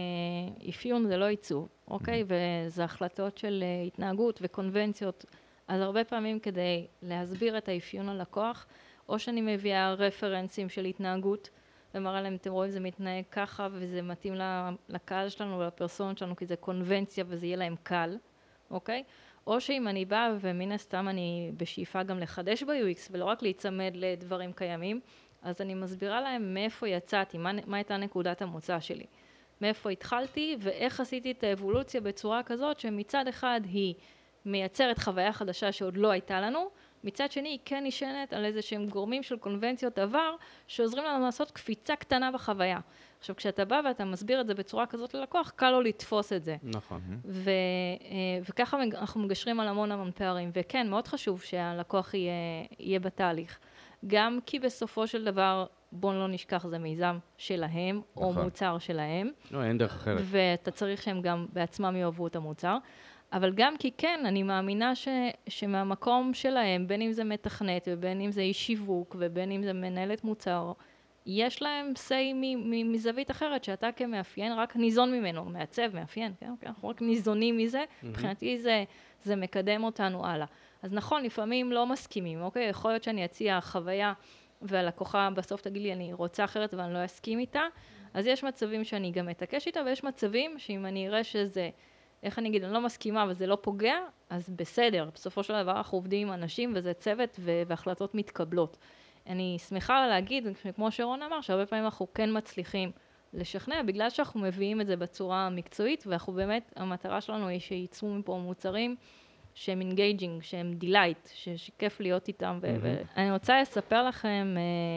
אפיון זה לא עיצוב, אוקיי? וזה החלטות של התנהגות וקונבנציות. אז הרבה פעמים כדי להסביר את האפיון ללקוח, או שאני מביאה רפרנסים של התנהגות, ומראה להם, אתם רואים, זה מתנהג ככה, וזה מתאים לקהל שלנו ולפרסונות שלנו, כי זה קונבנציה וזה יהיה להם קל, אוקיי? או שאם אני באה, ומן הסתם אני בשאיפה גם לחדש ב-יו אקס, ולא רק להיצמד לדברים קיימים, אז אני מסבירה להם מאיפה יצאתי, מה, מה הייתה נקודת המוצא שלי. מאיפה התחלתי, ואיך עשיתי את האבולוציה בצורה כזאת, שמצד אחד היא מייצרת חוויה חדשה שעוד לא הייתה לנו, מצד שני היא כן נשענת על איזה שהם גורמים של קונבנציות עבר, שעוזרים לנו לעשות קפיצה קטנה בחוויה. עכשיו, כשאתה בא ואתה מסביר את זה בצורה כזאת ללקוח, קל לו לתפוס את זה. נכון. ו- וככה אנחנו מגשרים על המון המון פערים, וכן, מאוד חשוב שהלקוח יהיה, יהיה בתהליך. גם כי בסופו של דבר, בואו לא נשכח, זה מיזם שלהם, או נכון. מוצר שלהם. לא, אין דרך אחרת. ואתה צריך שהם גם בעצמם יאהבו את המוצר. אבל גם כי כן, אני מאמינה ש, שמהמקום שלהם, בין אם זה מתכנת, ובין אם זה איש שיווק, ובין אם זה מנהלת מוצר, יש להם say מזווית אחרת, שאתה כמאפיין רק ניזון ממנו, מעצב, מאפיין, כן? אנחנו רק ניזונים מזה, מבחינתי זה, זה מקדם אותנו הלאה. אז נכון, לפעמים לא מסכימים, אוקיי? יכול להיות שאני אציע חוויה, והלקוחה בסוף תגיד לי, אני רוצה אחרת ואני לא אסכים איתה, אז יש מצבים שאני גם מתעקש איתה, ויש מצבים שאם אני אראה שזה, איך אני אגיד, אני לא מסכימה וזה לא פוגע, אז בסדר. בסופו של דבר אנחנו עובדים עם אנשים וזה צוות והחלטות מתקבלות. אני שמחה להגיד, כמו שרון אמר, שהרבה פעמים אנחנו כן מצליחים לשכנע, בגלל שאנחנו מביאים את זה בצורה המקצועית, ואנחנו באמת, המטרה שלנו היא שייצאו מפה מוצרים שהם אינגייג'ינג, שהם דילייט, שכיף להיות איתם. ואני רוצה לספר לכם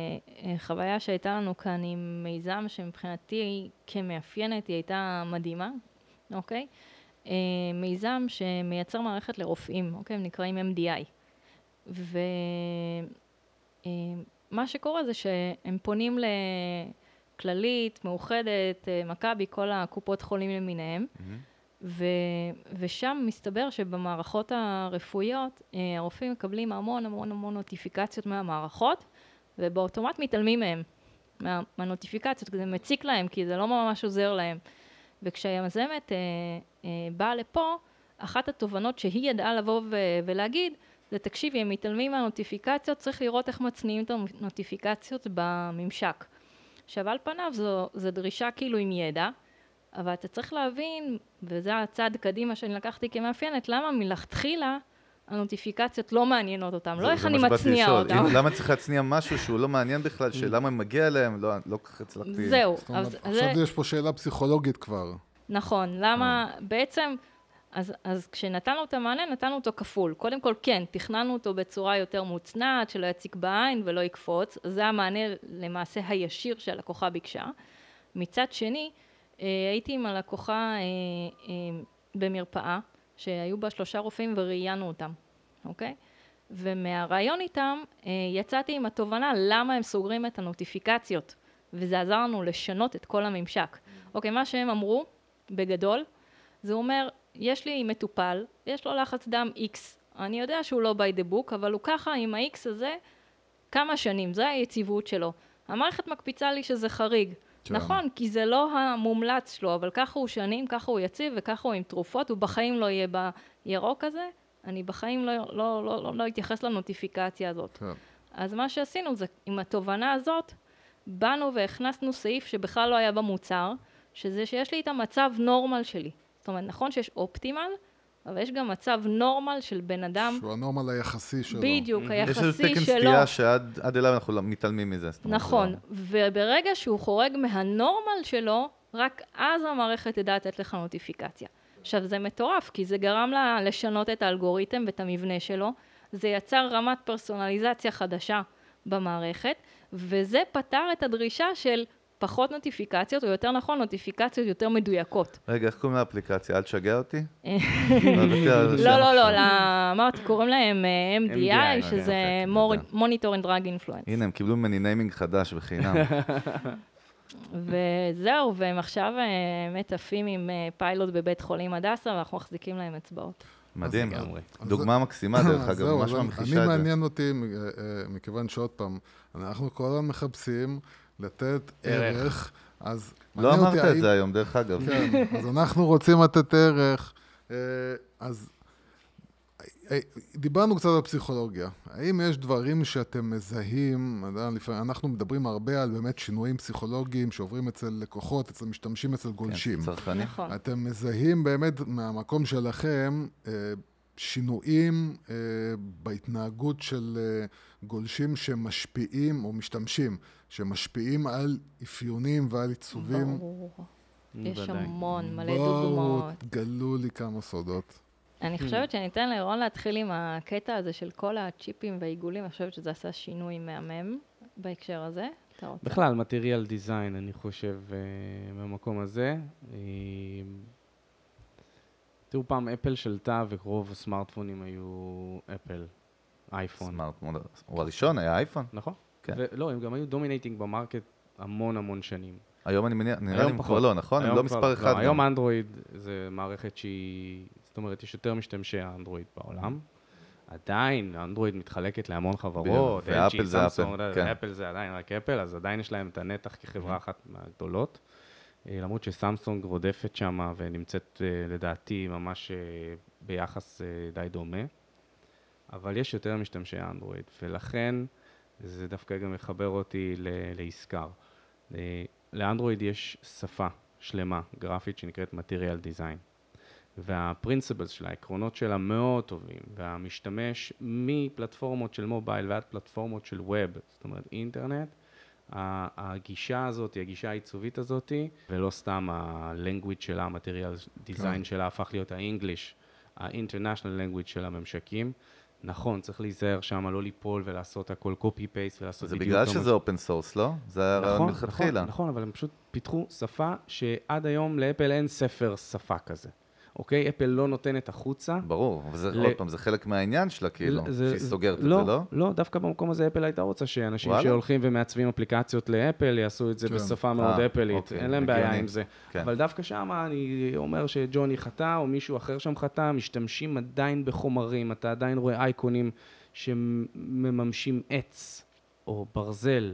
חוויה שהייתה לנו כאן עם מיזם שמבחינתי כמאפיינת היא הייתה מדהימה, אוקיי? מיזם שמייצר מערכת לרופאים, אוקיי? הם נקראים אם די איי. ומה שקורה זה שהם פונים לכללית, מאוחדת, מכבי, כל הקופות חולים למיניהם, ו... ושם מסתבר שבמערכות הרפואיות, הרופאים מקבלים המון המון המון נוטיפיקציות מהמערכות, ובאוטומט מתעלמים מהם, מה... מהנוטיפיקציות, כי זה מציק להם, כי זה לא ממש עוזר להם. וכשהיזמת אה, אה, באה לפה, אחת התובנות שהיא ידעה לבוא ו- ולהגיד, זה תקשיבי, הם מתעלמים מהנוטיפיקציות, צריך לראות איך מצניעים את הנוטיפיקציות בממשק. עכשיו, על פניו זו, זו דרישה כאילו עם ידע, אבל אתה צריך להבין, וזה הצעד קדימה שאני לקחתי כמאפיינת, למה מלכתחילה הנוטיפיקציות לא מעניינות אותם, לא איך אני מצניע אותם. למה צריך להצניע משהו שהוא לא מעניין בכלל, שלמה מגיע להם, לא כך הצלחתי. זהו. עכשיו יש פה שאלה פסיכולוגית כבר. נכון, למה בעצם, אז כשנתנו את המענה, נתנו אותו כפול. קודם כל, כן, תכננו אותו בצורה יותר מוצנעת, שלא יציק בעין ולא יקפוץ. זה המענה למעשה הישיר שהלקוחה ביקשה. מצד שני, הייתי עם הלקוחה במרפאה, שהיו בה שלושה רופאים וראיינו אותם, אוקיי? ומהרעיון איתם יצאתי עם התובנה למה הם סוגרים את הנוטיפיקציות, וזה עזר לנו לשנות את כל הממשק. אוקיי, מה שהם אמרו, בגדול, זה אומר, יש לי מטופל, יש לו לחץ דם X, אני יודע שהוא לא by the book, אבל הוא ככה עם ה-X הזה כמה שנים, זה היציבות שלו. המערכת מקפיצה לי שזה חריג. כן. נכון, כי זה לא המומלץ שלו, אבל ככה הוא שנים, ככה הוא יציב, וככה הוא עם תרופות, הוא בחיים לא יהיה בירוק הזה, אני בחיים לא, לא, לא, לא, לא אתייחס לנוטיפיקציה הזאת. כן. אז מה שעשינו זה, עם התובנה הזאת, באנו והכנסנו סעיף שבכלל לא היה במוצר, שזה שיש לי את המצב נורמל שלי. זאת אומרת, נכון שיש אופטימל, אבל יש גם מצב נורמל של בן אדם. שהוא הנורמל היחסי שלו. בדיוק, היחסי שלו. יש איזה תקן סטייה שעד אליו אנחנו מתעלמים מזה. נכון, וברגע שהוא חורג מהנורמל שלו, רק אז המערכת תדע לתת לך נוטיפיקציה. עכשיו, זה מטורף, כי זה גרם לה לשנות את האלגוריתם ואת המבנה שלו, זה יצר רמת פרסונליזציה חדשה במערכת, וזה פתר את הדרישה של פחות נוטיפיקציות, או יותר נכון, נוטיפיקציות יותר מדויקות. רגע, איך קוראים לאפליקציה? אל תשגע אותי? לא, לא, לא, אמרתי, קוראים להם אם די איי, שזה Monitor and Drug Influence. הנה, הם קיבלו ממני ניימינג חדש בחינם. וזהו, והם עכשיו מטפים עם פיילוט בבית חולים הדסה, ואנחנו מחזיקים להם אצבעות. מדהים, דוגמה מקסימה דרך אגב, ממש ממחישה את זה. אני מעניין אותי, מכיוון שעוד פעם, אנחנו כל הזמן מחפשים לתת ערך, אז... לא אמרת את זה היום, דרך אגב. כן, אז אנחנו רוצים לתת ערך, אז דיברנו קצת על פסיכולוגיה. האם יש דברים שאתם מזהים, אנחנו מדברים הרבה על באמת שינויים פסיכולוגיים שעוברים אצל לקוחות, אצל משתמשים, אצל גולשים. כן, צרכני. נכון. אתם מזהים באמת מהמקום שלכם שינויים בהתנהגות של גולשים שמשפיעים, או משתמשים, שמשפיעים על אפיונים ועל עיצובים. ברור. יש המון, מלא דוגמאות. בואו, תגלו לי כמה סודות. אני חושבת שאני אתן לאירון להתחיל עם הקטע הזה של כל הצ'יפים והעיגולים, אני חושבת שזה עשה שינוי מהמם בהקשר הזה. בכלל, מטריאל דיזיין, אני חושב, במקום הזה. תראו, פעם אפל שלטה ורוב הסמארטפונים היו אפל, אייפון. סמארטפון, הוא הראשון היה אייפון. נכון. לא, הם גם היו דומינטינג במרקט המון המון שנים. היום אני מניח, נראה לי כבר לא, נכון? הם לא מספר אחד. היום אנדרואיד זה מערכת שהיא, זאת אומרת, יש יותר משתמשי האנדרואיד בעולם. עדיין, האנדרואיד מתחלקת להמון חברות. ואפל זה אפל. אפל זה עדיין רק אפל, אז עדיין יש להם את הנתח כחברה אחת מהגדולות. למרות שסמסונג רודפת שמה ונמצאת לדעתי ממש ביחס די דומה. אבל יש יותר משתמשי האנדרואיד, ולכן זה דווקא גם מחבר אותי לעסקר. לאנדרואיד יש שפה שלמה, גרפית, שנקראת Material Design. והפרינסיפלס שלה, העקרונות שלה מאוד טובים, והמשתמש מפלטפורמות של מובייל ועד פלטפורמות של ווב, זאת אומרת אינטרנט, הגישה הזאת, הגישה העיצובית הזאת, ולא סתם ה-language שלה, ה-Material Design שלה, הפך להיות ה-English, ה-International Language של הממשקים. נכון, צריך להיזהר שם, לא ליפול ולעשות הכל copy-paste ולעשות זה בדיוק... בגלל שזה open source, לא? זה היה רעיון מלכתחילה. נכון, נכון, אבל הם פשוט פיתחו שפה שעד היום לאפל אין ספר שפה כזה. אוקיי? אפל לא נותנת החוצה. ברור, וזה עוד פעם, זה חלק מהעניין שלה, כאילו, שהיא סוגרת את זה, לא? לא, דווקא במקום הזה אפל הייתה רוצה שאנשים שהולכים ומעצבים אפליקציות לאפל יעשו את זה בשפה מאוד אפלית. אין להם בעיה עם זה. אבל דווקא שם אני אומר שג'וני חטא, או מישהו אחר שם חטא, משתמשים עדיין בחומרים, אתה עדיין רואה אייקונים שמממשים עץ, או ברזל,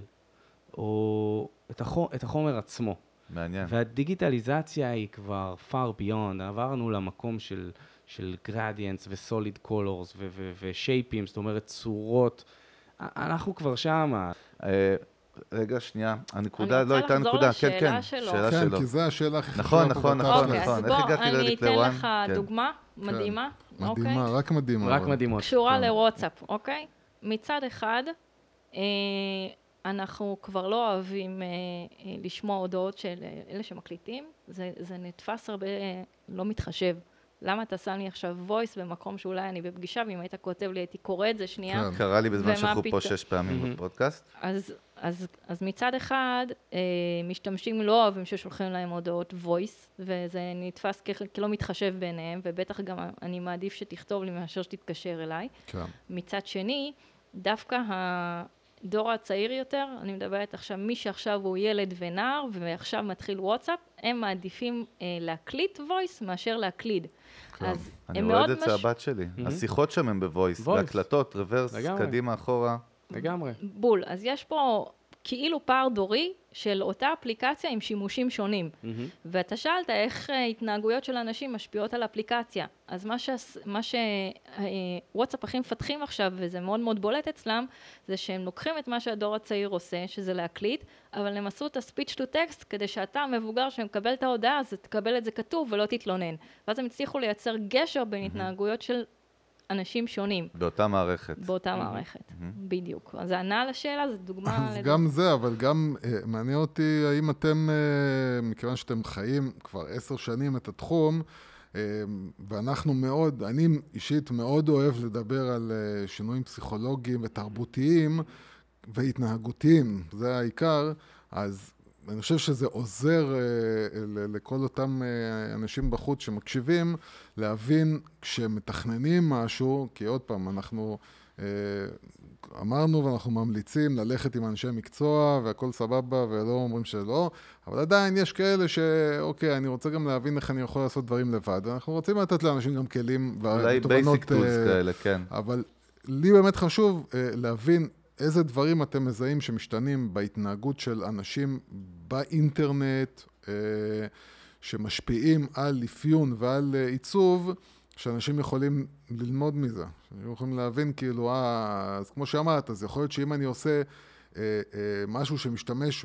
או את החומר עצמו. מעניין. והדיגיטליזציה היא כבר far beyond, עברנו למקום של, של gradients ו-solid colors ו-shaping, זאת אומרת צורות, אנחנו כבר שם. רגע, שנייה, הנקודה לא הייתה נקודה, כן, כן, אני רוצה לחזור לשאלה שלו. כן, כי זו השאלה הכי חשובה. נכון, נכון, נכון, נכון. איך הגעתי לרדיק לוואן? אני אתן לך דוגמה מדהימה. מדהימה, רק מדהימה. רק מדהימות. קשורה לוואטסאפ, אוקיי? מצד אחד, אנחנו כבר לא אוהבים אה, אה, לשמוע הודעות של אה, אלה שמקליטים, זה, זה נתפס הרבה, אה, לא מתחשב. למה אתה שם לי עכשיו voice במקום שאולי אני בפגישה, ואם היית כותב לי, הייתי קורא את זה שנייה. כן. קרא לי בזמן שאנחנו פה שש פעמים mm-hmm. בפודקאסט. אז, אז, אז מצד אחד, אה, משתמשים לא אוהבים ששולחים להם הודעות voice, וזה נתפס כ- כלא מתחשב ביניהם, ובטח גם אני מעדיף שתכתוב לי מאשר שתתקשר אליי. כן. מצד שני, דווקא ה... דור הצעיר יותר, אני מדברת עכשיו, מי שעכשיו הוא ילד ונער, ועכשיו מתחיל וואטסאפ, הם מעדיפים אה, להקליט וויס מאשר להקליד. כן. אז אני רואה את זה אצל הבת שלי. Mm-hmm. השיחות שם הם בוויס, בהקלטות, רוורס, קדימה, אחורה. לגמרי. בול. אז יש פה כאילו פער דורי של אותה אפליקציה עם שימושים שונים. Mm-hmm. ואתה שאלת איך התנהגויות של אנשים משפיעות על אפליקציה. אז מה, ש... מה שוואטסאפ הכי מפתחים עכשיו, וזה מאוד מאוד בולט אצלם, זה שהם לוקחים את מה שהדור הצעיר עושה, שזה להקליט, אבל הם עשו את ה-speech to text, כדי שאתה המבוגר שמקבל את ההודעה, אז תקבל את זה כתוב ולא תתלונן. ואז הם הצליחו לייצר גשר בין mm-hmm. התנהגויות של אנשים שונים. באותה מערכת. באותה mm-hmm. מערכת, mm-hmm. בדיוק. אז הענה לשאלה, זו דוגמה... אז לדוג... גם זה, אבל גם uh, מעניין אותי, האם אתם, uh, מכיוון שאתם חיים כבר עשר שנים את התחום, uh, ואנחנו מאוד, אני אישית מאוד אוהב לדבר על uh, שינויים פסיכולוגיים ותרבותיים והתנהגותיים, זה העיקר, אז אני חושב שזה עוזר uh, לכל אותם uh, אנשים בחוץ שמקשיבים, להבין כשמתכננים משהו, כי עוד פעם, אנחנו uh, אמרנו ואנחנו ממליצים ללכת עם אנשי מקצוע והכל סבבה ולא אומרים שלא, אבל עדיין יש כאלה שאוקיי, אני רוצה גם להבין איך אני יכול לעשות דברים לבד, אנחנו רוצים לתת לאנשים גם כלים אולי basic tools uh, כאלה, כן. אבל לי באמת חשוב uh, להבין איזה דברים אתם מזהים שמשתנים בהתנהגות של אנשים באינטרנט, שמשפיעים על אפיון ועל עיצוב, שאנשים יכולים ללמוד מזה. שאנשים יכולים להבין כאילו, אה, אז כמו שאמרת, אז יכול להיות שאם אני עושה משהו שמשתמש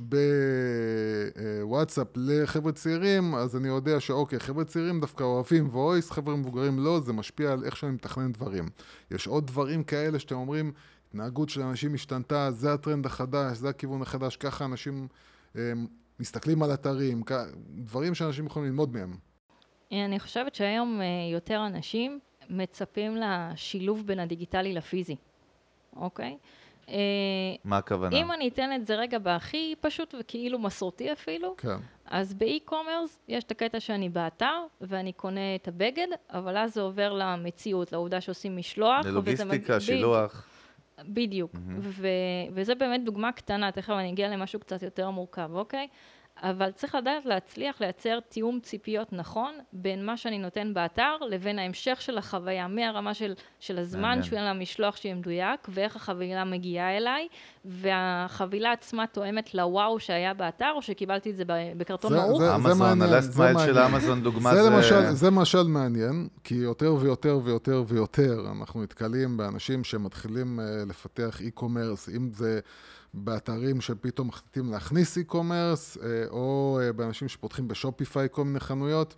בוואטסאפ לחבר'ה צעירים, אז אני יודע שאוקיי, חבר'ה צעירים דווקא אוהבים וויס, חבר'ה מבוגרים לא, זה משפיע על איך שאני מתכנן דברים. יש עוד דברים כאלה שאתם אומרים, התנהגות של אנשים השתנתה, זה הטרנד החדש, זה הכיוון החדש, ככה אנשים אה, מסתכלים על אתרים, כ... דברים שאנשים יכולים ללמוד מהם. אני חושבת שהיום יותר אנשים מצפים לשילוב בין הדיגיטלי לפיזי, אוקיי? מה הכוונה? אם אני אתן את זה רגע בהכי פשוט וכאילו מסורתי אפילו, כן. אז באי-קומרס יש את הקטע שאני באתר ואני קונה את הבגד, אבל אז זה עובר למציאות, לעובדה שעושים משלוח. ללוגיסטיקה, שילוח. בדיוק, ו- וזה באמת דוגמה קטנה, תכף אני אגיע למשהו קצת יותר מורכב, אוקיי? אבל צריך לדעת להצליח לייצר תיאום ציפיות נכון בין מה שאני נותן באתר לבין ההמשך של החוויה, מהרמה של, של הזמן של המשלוח שיהיה מדויק, ואיך החבילה מגיעה אליי, והחבילה עצמה תואמת לוואו שהיה באתר, או שקיבלתי את זה בקרטון מעוך. אמזון, הלאסט מייל של אמזון, דוגמה זה... למשל, זה משל מעניין, כי יותר ויותר ויותר ויותר אנחנו נתקלים באנשים שמתחילים לפתח אי-קומרס, אם זה... באתרים שפתאום מחליטים להכניס אי-קומרס, או באנשים שפותחים בשופיפיי כל מיני חנויות,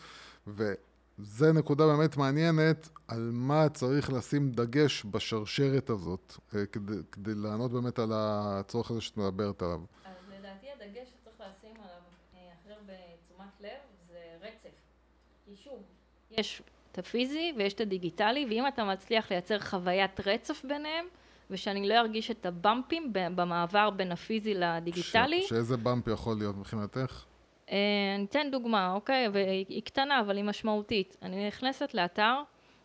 וזה נקודה באמת מעניינת על מה צריך לשים דגש בשרשרת הזאת, כדי, כדי לענות באמת על הצורך הזה שאת מדברת עליו. אז לדעתי הדגש שצריך לשים עליו אחר בתשומת לב זה רצף. כי שוב, יש את הפיזי ויש את הדיגיטלי, ואם אתה מצליח לייצר חוויית רצף ביניהם, ושאני לא ארגיש את הבמפים במעבר בין הפיזי לדיגיטלי. ש- שאיזה במפ יכול להיות מבחינתך? אה, אני אתן דוגמה, אוקיי? והיא קטנה, אבל היא משמעותית. אני נכנסת לאתר,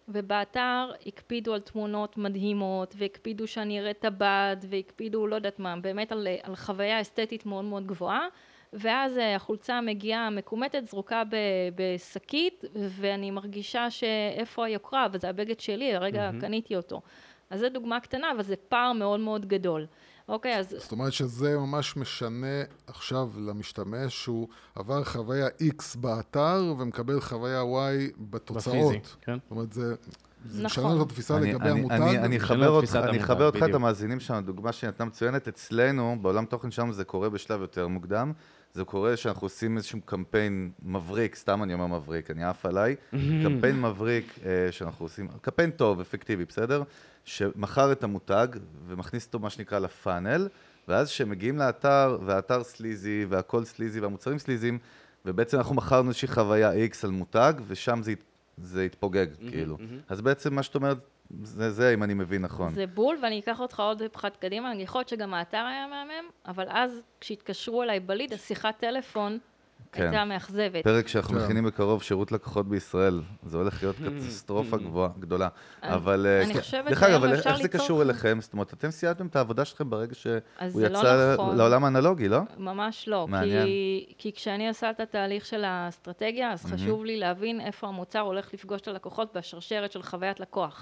ובאתר הקפידו על תמונות מדהימות, והקפידו שאני אראה את הבד, והקפידו, לא יודעת מה, באמת על, על חוויה אסתטית מאוד מאוד גבוהה, ואז החולצה מגיעה מקומטת, זרוקה בשקית, ואני מרגישה שאיפה היוקרה, וזה הבגד שלי, הרגע mm-hmm. קניתי אותו. אז זו דוגמה קטנה, אבל זה פער מאוד מאוד גדול. אוקיי, אז... זאת אומרת שזה ממש משנה עכשיו למשתמש, שהוא עבר חוויה X באתר, ומקבל חוויה Y בתוצאות. בפיזי, כן. זאת אומרת, זה... זה משנה את התפיסה לגבי המותג. אני אחבר אותך את המאזינים שם, הדוגמה שנתנה מצוינת, אצלנו, בעולם תוכן שם זה קורה בשלב יותר מוקדם, זה קורה שאנחנו עושים איזשהו קמפיין מבריק, סתם אני אומר מבריק, אני עף עליי, קמפיין מבריק שאנחנו עושים, קמפיין טוב, אפקטיבי, בסדר? שמחר את המותג ומכניס אותו מה שנקרא לפאנל, ואז שמגיעים לאתר, והאתר סליזי, והכל סליזי, והמוצרים סליזיים, ובעצם אנחנו מחרנו איזושהי חוויה X על מותג, ושם זה, זה התפוגג, כאילו. אז בעצם מה שאת אומרת, זה זה, אם אני מבין נכון. זה בול, ואני אקח אותך עוד פחת קדימה, אני יכול להיות שגם האתר היה מהמם, אבל אז כשהתקשרו אליי בליד, השיחת טלפון הייתה מאכזבת. פרק שאנחנו מכינים בקרוב שירות לקוחות בישראל, זה הולך להיות קטסטרופה גדולה. אבל דרך אגב, איך זה קשור אליכם? זאת אומרת, אתם סיימתם את העבודה שלכם ברגע שהוא יצא לעולם האנלוגי, לא? ממש לא, כי כשאני עושה את התהליך של האסטרטגיה, אז חשוב לי להבין איפה המוצר הולך לפגוש את הלקוחות בשרשרת של חוויית לקוח.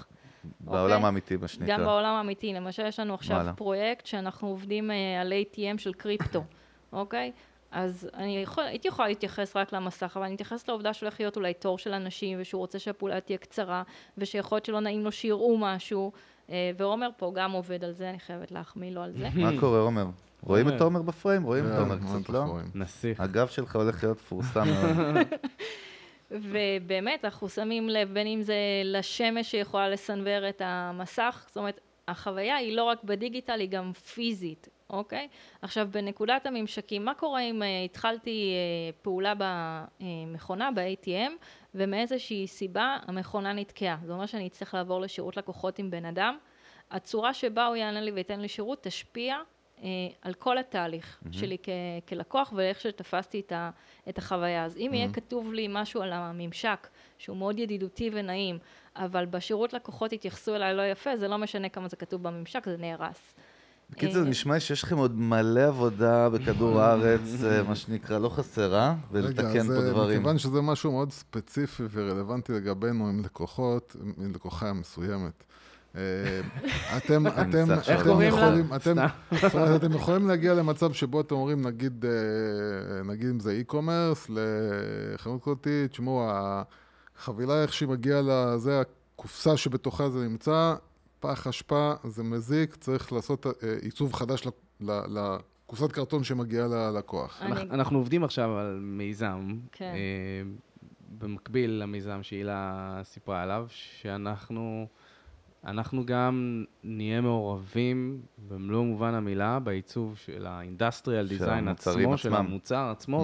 בעולם האמיתי, מה שנקרא. גם בעולם האמיתי. למשל, יש לנו עכשיו וואלה. פרויקט שאנחנו עובדים אה, על איי טי אם של קריפטו, אוקיי? אז אני יכול, הייתי יכולה להתייחס רק למסך, אבל אני מתייחס לעובדה שהולך להיות אולי תור של אנשים, ושהוא רוצה שהפעולה תהיה קצרה, ושיכול להיות שלא נעים לו שיראו משהו, אה, ועומר פה גם עובד על זה, אני חייבת להחמיא לו על זה. מה קורה, עומר? רואים את עומר בפריים? רואים את עומר קצת, לא? נסיך. הגב שלך הולך להיות פורסם מאוד. ובאמת, אנחנו שמים לב, בין אם זה לשמש שיכולה לסנוור את המסך, זאת אומרת, החוויה היא לא רק בדיגיטל, היא גם פיזית, אוקיי? עכשיו, בנקודת הממשקים, מה קורה אם uh, התחלתי uh, פעולה במכונה, ב-איי טי אם, ומאיזושהי סיבה המכונה נתקעה. זאת אומרת שאני אצטרך לעבור לשירות לקוחות עם בן אדם. הצורה שבה הוא יענה לי וייתן לי שירות תשפיע uh, על כל התהליך mm-hmm. שלי כ- כלקוח, ואיך שתפסתי את, ה- את החוויה. אז אם mm-hmm. יהיה כתוב לי משהו על הממשק, שהוא מאוד ידידותי ונעים, אבל בשירות לקוחות התייחסו אליי לא יפה, זה לא משנה כמה זה כתוב בממשק, זה נהרס. בקיצור, זה נשמע שיש לכם עוד מלא עבודה בכדור הארץ, מה שנקרא, לא חסרה, ולתקן פה דברים. מכיוון שזה משהו מאוד ספציפי ורלוונטי לגבינו עם לקוחות, עם לקוחה מסוימת. אתם, אתם, אתם יכולים, אתם, זאת אומרת, אתם יכולים להגיע למצב שבו אתם אומרים, נגיד, נגיד אם זה e-commerce, לחנות קודתית, תשמעו, החבילה איך שהיא מגיעה לזה, הקופסה שבתוכה זה נמצא, פח אשפה, זה מזיק, צריך לעשות עיצוב חדש לקופסת קרטון שמגיעה ללקוח. אנחנו עובדים עכשיו על מיזם, במקביל למיזם שהילה סיפרה עליו, שאנחנו אנחנו גם נהיה מעורבים במלוא מובן המילה בעיצוב של האינדסטריאל דיזיין עצמו, של המוצר עצמו,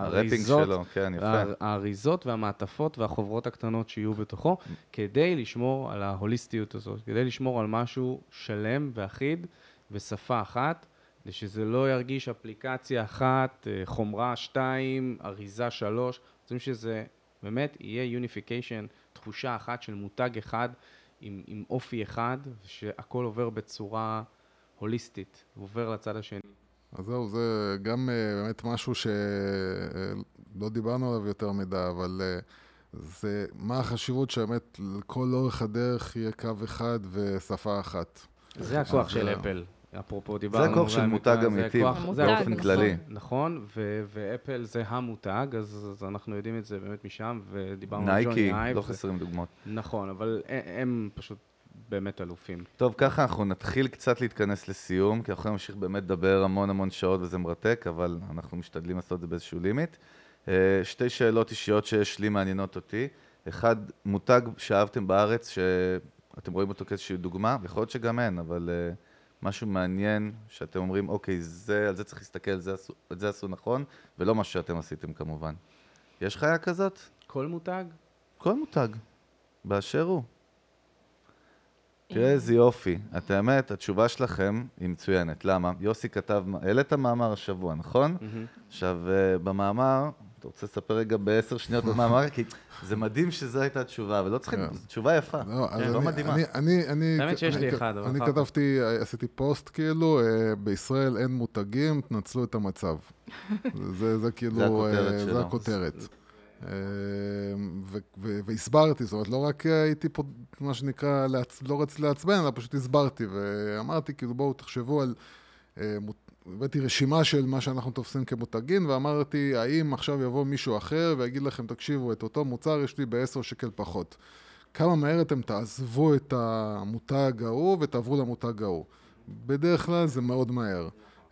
והאריזות והמעטפות והחוברות הקטנות שיהיו בתוכו, כדי לשמור על ההוליסטיות הזאת, כדי לשמור על משהו שלם ואחיד ושפה אחת, שזה לא ירגיש אפליקציה אחת, חומרה שתיים, אריזה שלוש, רוצים שזה באמת יהיה יוניפיקיישן, תחושה אחת של מותג אחד, עם, עם אופי אחד, שהכל עובר בצורה הוליסטית, עובר לצד השני. אז זהו, זה גם באמת משהו שלא דיברנו עליו יותר מדי, אבל זה מה החשיבות שבאמת לכל אורך הדרך יהיה קו אחד ושפה אחת. זה הכוח של אפל. אפרופו דיברנו. זה הכוח של מותג אמיתי, באופן כללי. נכון, ואפל זה המותג, אז אנחנו יודעים את זה באמת משם, ודיברנו על ג'וני אייב. נייקי, לא חסרים דוגמאות. נכון, אבל הם פשוט באמת אלופים. טוב, ככה אנחנו נתחיל קצת להתכנס לסיום, כי אנחנו נמשיך באמת לדבר המון המון שעות וזה מרתק, אבל אנחנו משתדלים לעשות את זה באיזשהו לימיט. שתי שאלות אישיות שיש לי מעניינות אותי. אחד, מותג שאהבתם בארץ, שאתם רואים אותו כאיזושהי דוגמה, ויכול להיות שגם אין, אבל משהו מעניין שאתם אומרים, אוקיי, זה, על זה צריך להסתכל, זה, את זה עשו נכון, ולא מה שאתם עשיתם כמובן. יש חיה כזאת? כל מותג? כל מותג, באשר הוא. תראה איזה יופי. את האמת, התשובה שלכם היא מצוינת. למה? יוסי כתב, העלית מאמר השבוע, נכון? עכשיו, במאמר, אתה רוצה לספר רגע בעשר שניות במאמר, כי זה מדהים שזו הייתה התשובה, ולא צריכים, זו תשובה יפה, לא מדהימה. באמת שיש לי אחד. אני כתבתי, עשיתי פוסט כאילו, בישראל אין מותגים, תנצלו את המצב. זה כאילו, זה הכותרת. והסברתי, זאת אומרת, לא רק הייתי פה, מה שנקרא, לא רציתי לעצבן, אלא פשוט הסברתי, ואמרתי, כאילו, בואו תחשבו על, הבאתי רשימה של מה שאנחנו תופסים כמותגים, ואמרתי, האם עכשיו יבוא מישהו אחר ויגיד לכם, תקשיבו, את אותו מוצר יש לי בעשר שקל פחות. כמה מהר אתם תעזבו את המותג ההוא ותעברו למותג ההוא. בדרך כלל זה מאוד מהר.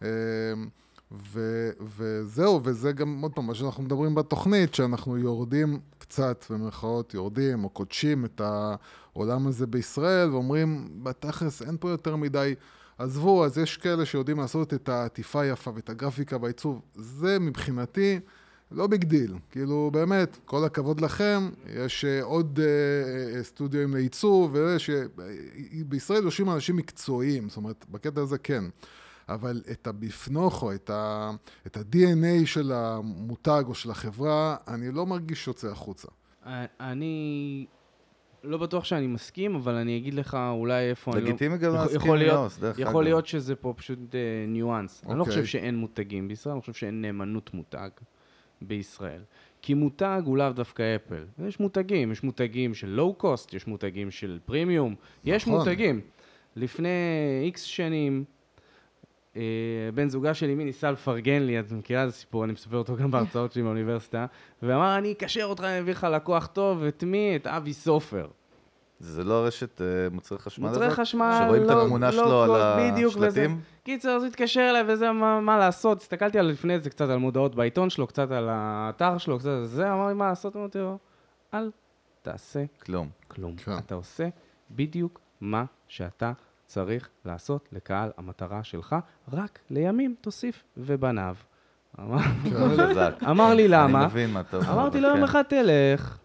ו- וזהו, וזה גם עוד פעם, מה שאנחנו מדברים בתוכנית, שאנחנו יורדים קצת, במרכאות יורדים או קודשים את העולם הזה בישראל, ואומרים, בתכלס אין פה יותר מדי, עזבו, אז יש כאלה שיודעים לעשות את העטיפה היפה ואת הגרפיקה והעיצוב, זה מבחינתי לא ביג דיל, כאילו באמת, כל הכבוד לכם, יש עוד uh, סטודיו לעיצוב, ובישראל יושבים אנשים מקצועיים, זאת אומרת, בקטע הזה כן. אבל את הבפנוך או את ה, את ה-די אן איי של המותג או של החברה, אני לא מרגיש שיוצא החוצה. אני לא בטוח שאני מסכים, אבל אני אגיד לך אולי איפה אני לא... לגיטימי גם להסכים ליאוס, דרך אגב. יכול להיות שזה פה פשוט ניואנס. אני לא חושב שאין מותגים בישראל, אני חושב שאין נאמנות מותג בישראל. כי מותג הוא לאו דווקא אפל. יש מותגים, יש מותגים של לואו קוסט, יש מותגים של פרימיום, יש נכון. מותגים. לפני איקס שנים, אה, בן זוגה של אמי ניסה לפרגן לי, את מכירה את הסיפור, אני מספר אותו גם בהרצאות שלי באוניברסיטה, ואמר, אני אקשר אותך, אני אביא לך לקוח טוב, את מי? את אבי סופר. זה לא רשת אה, מוצרי חשמל הזאת? מוצרי חשמל, שרואים את לא- התמונה לא שלו על קוסט, בדיוק, וזה- השלטים? קיצר, אז הוא התקשר אליי, וזה מה, מה לעשות. הסתכלתי על לפני זה קצת על מודעות בעיתון שלו, קצת על האתר שלו, קצת על זה, אמר לי מה לעשות, אמרתי לו, אל תעשה כלום. כלום. כן. אתה עושה בדיוק מה שאתה צריך לעשות לקהל המטרה שלך, רק לימים תוסיף ובניו. אמר- חזק. אמר לי למה, אני מבין מה אתה אומר. אמרתי לו אבל יום כן. אחד תלך,